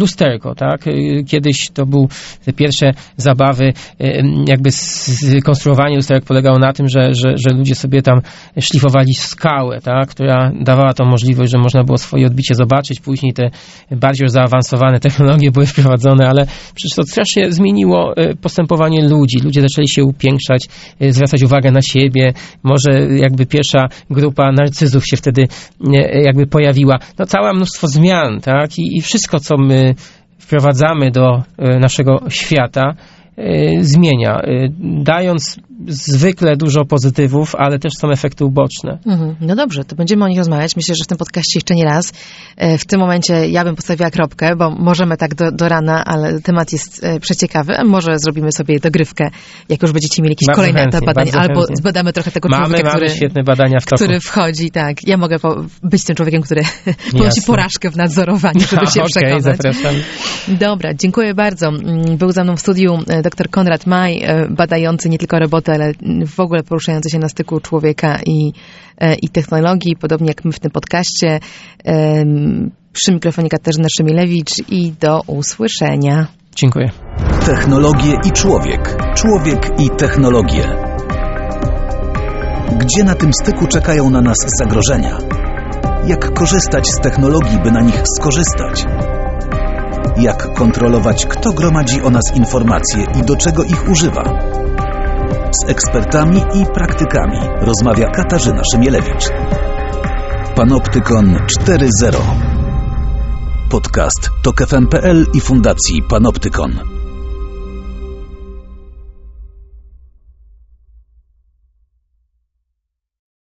[SPEAKER 3] lusterko, tak? Kiedyś to był te pierwsze zabawy, jakby skonstruowanie lusterek polegało na tym, że, że, że ludzie sobie tam szlifowali skałę, tak? Która dawała tą możliwość, że można było swoje odbicie zobaczyć. Później te bardziej zaawansowane technologie były wprowadzone, ale przecież to strasznie zmieniło postępowanie ludzi. Ludzie zaczęli się upiększać, zwracać uwagę na siebie. Może jakby pierwsza grupa narcyzów się wtedy jakby pojawiła. No całe mnóstwo zmian, tak? I, i wszystko, co my wprowadzamy do naszego świata, zmienia, dając zwykle dużo pozytywów, ale też są efekty uboczne.
[SPEAKER 1] Mhm. No dobrze, to będziemy o nich rozmawiać. Myślę, że w tym podcaście jeszcze nie raz. W tym momencie ja bym postawiła kropkę, bo możemy tak do, do rana, ale temat jest przeciekawy, a może zrobimy sobie dogrywkę, jak już będziecie mieli jakiś
[SPEAKER 3] bardzo
[SPEAKER 1] kolejny
[SPEAKER 3] chętnie,
[SPEAKER 1] etap badań, albo
[SPEAKER 3] chętnie.
[SPEAKER 1] zbadamy trochę tego
[SPEAKER 3] mamy,
[SPEAKER 1] człowieka,
[SPEAKER 3] mamy
[SPEAKER 1] który,
[SPEAKER 3] świetne badania w toku.
[SPEAKER 1] który wchodzi, tak. Ja mogę po, być tym człowiekiem, który ponosi porażkę w nadzorowaniu, żeby się
[SPEAKER 3] okay,
[SPEAKER 1] przekonać.
[SPEAKER 3] Zapraszam.
[SPEAKER 1] Dobra, dziękuję bardzo. Był za mną w studiu dr Konrad Maj, badający nie tylko roboty, ale w ogóle poruszający się na styku człowieka i, i technologii, podobnie jak my w tym podcaście. Przy mikrofonie Katarzyna Szymilewicz i do usłyszenia.
[SPEAKER 3] Dziękuję.
[SPEAKER 2] Technologie i człowiek. Człowiek i technologie. Gdzie na tym styku czekają na nas zagrożenia? Jak korzystać z technologii, by na nich skorzystać? Jak kontrolować, kto gromadzi o nas informacje i do czego ich używa? Z ekspertami i praktykami rozmawia Katarzyna Szymielewicz. Panoptykon cztery zero. Podcast Tok F M kropka P L i Fundacji Panoptykon.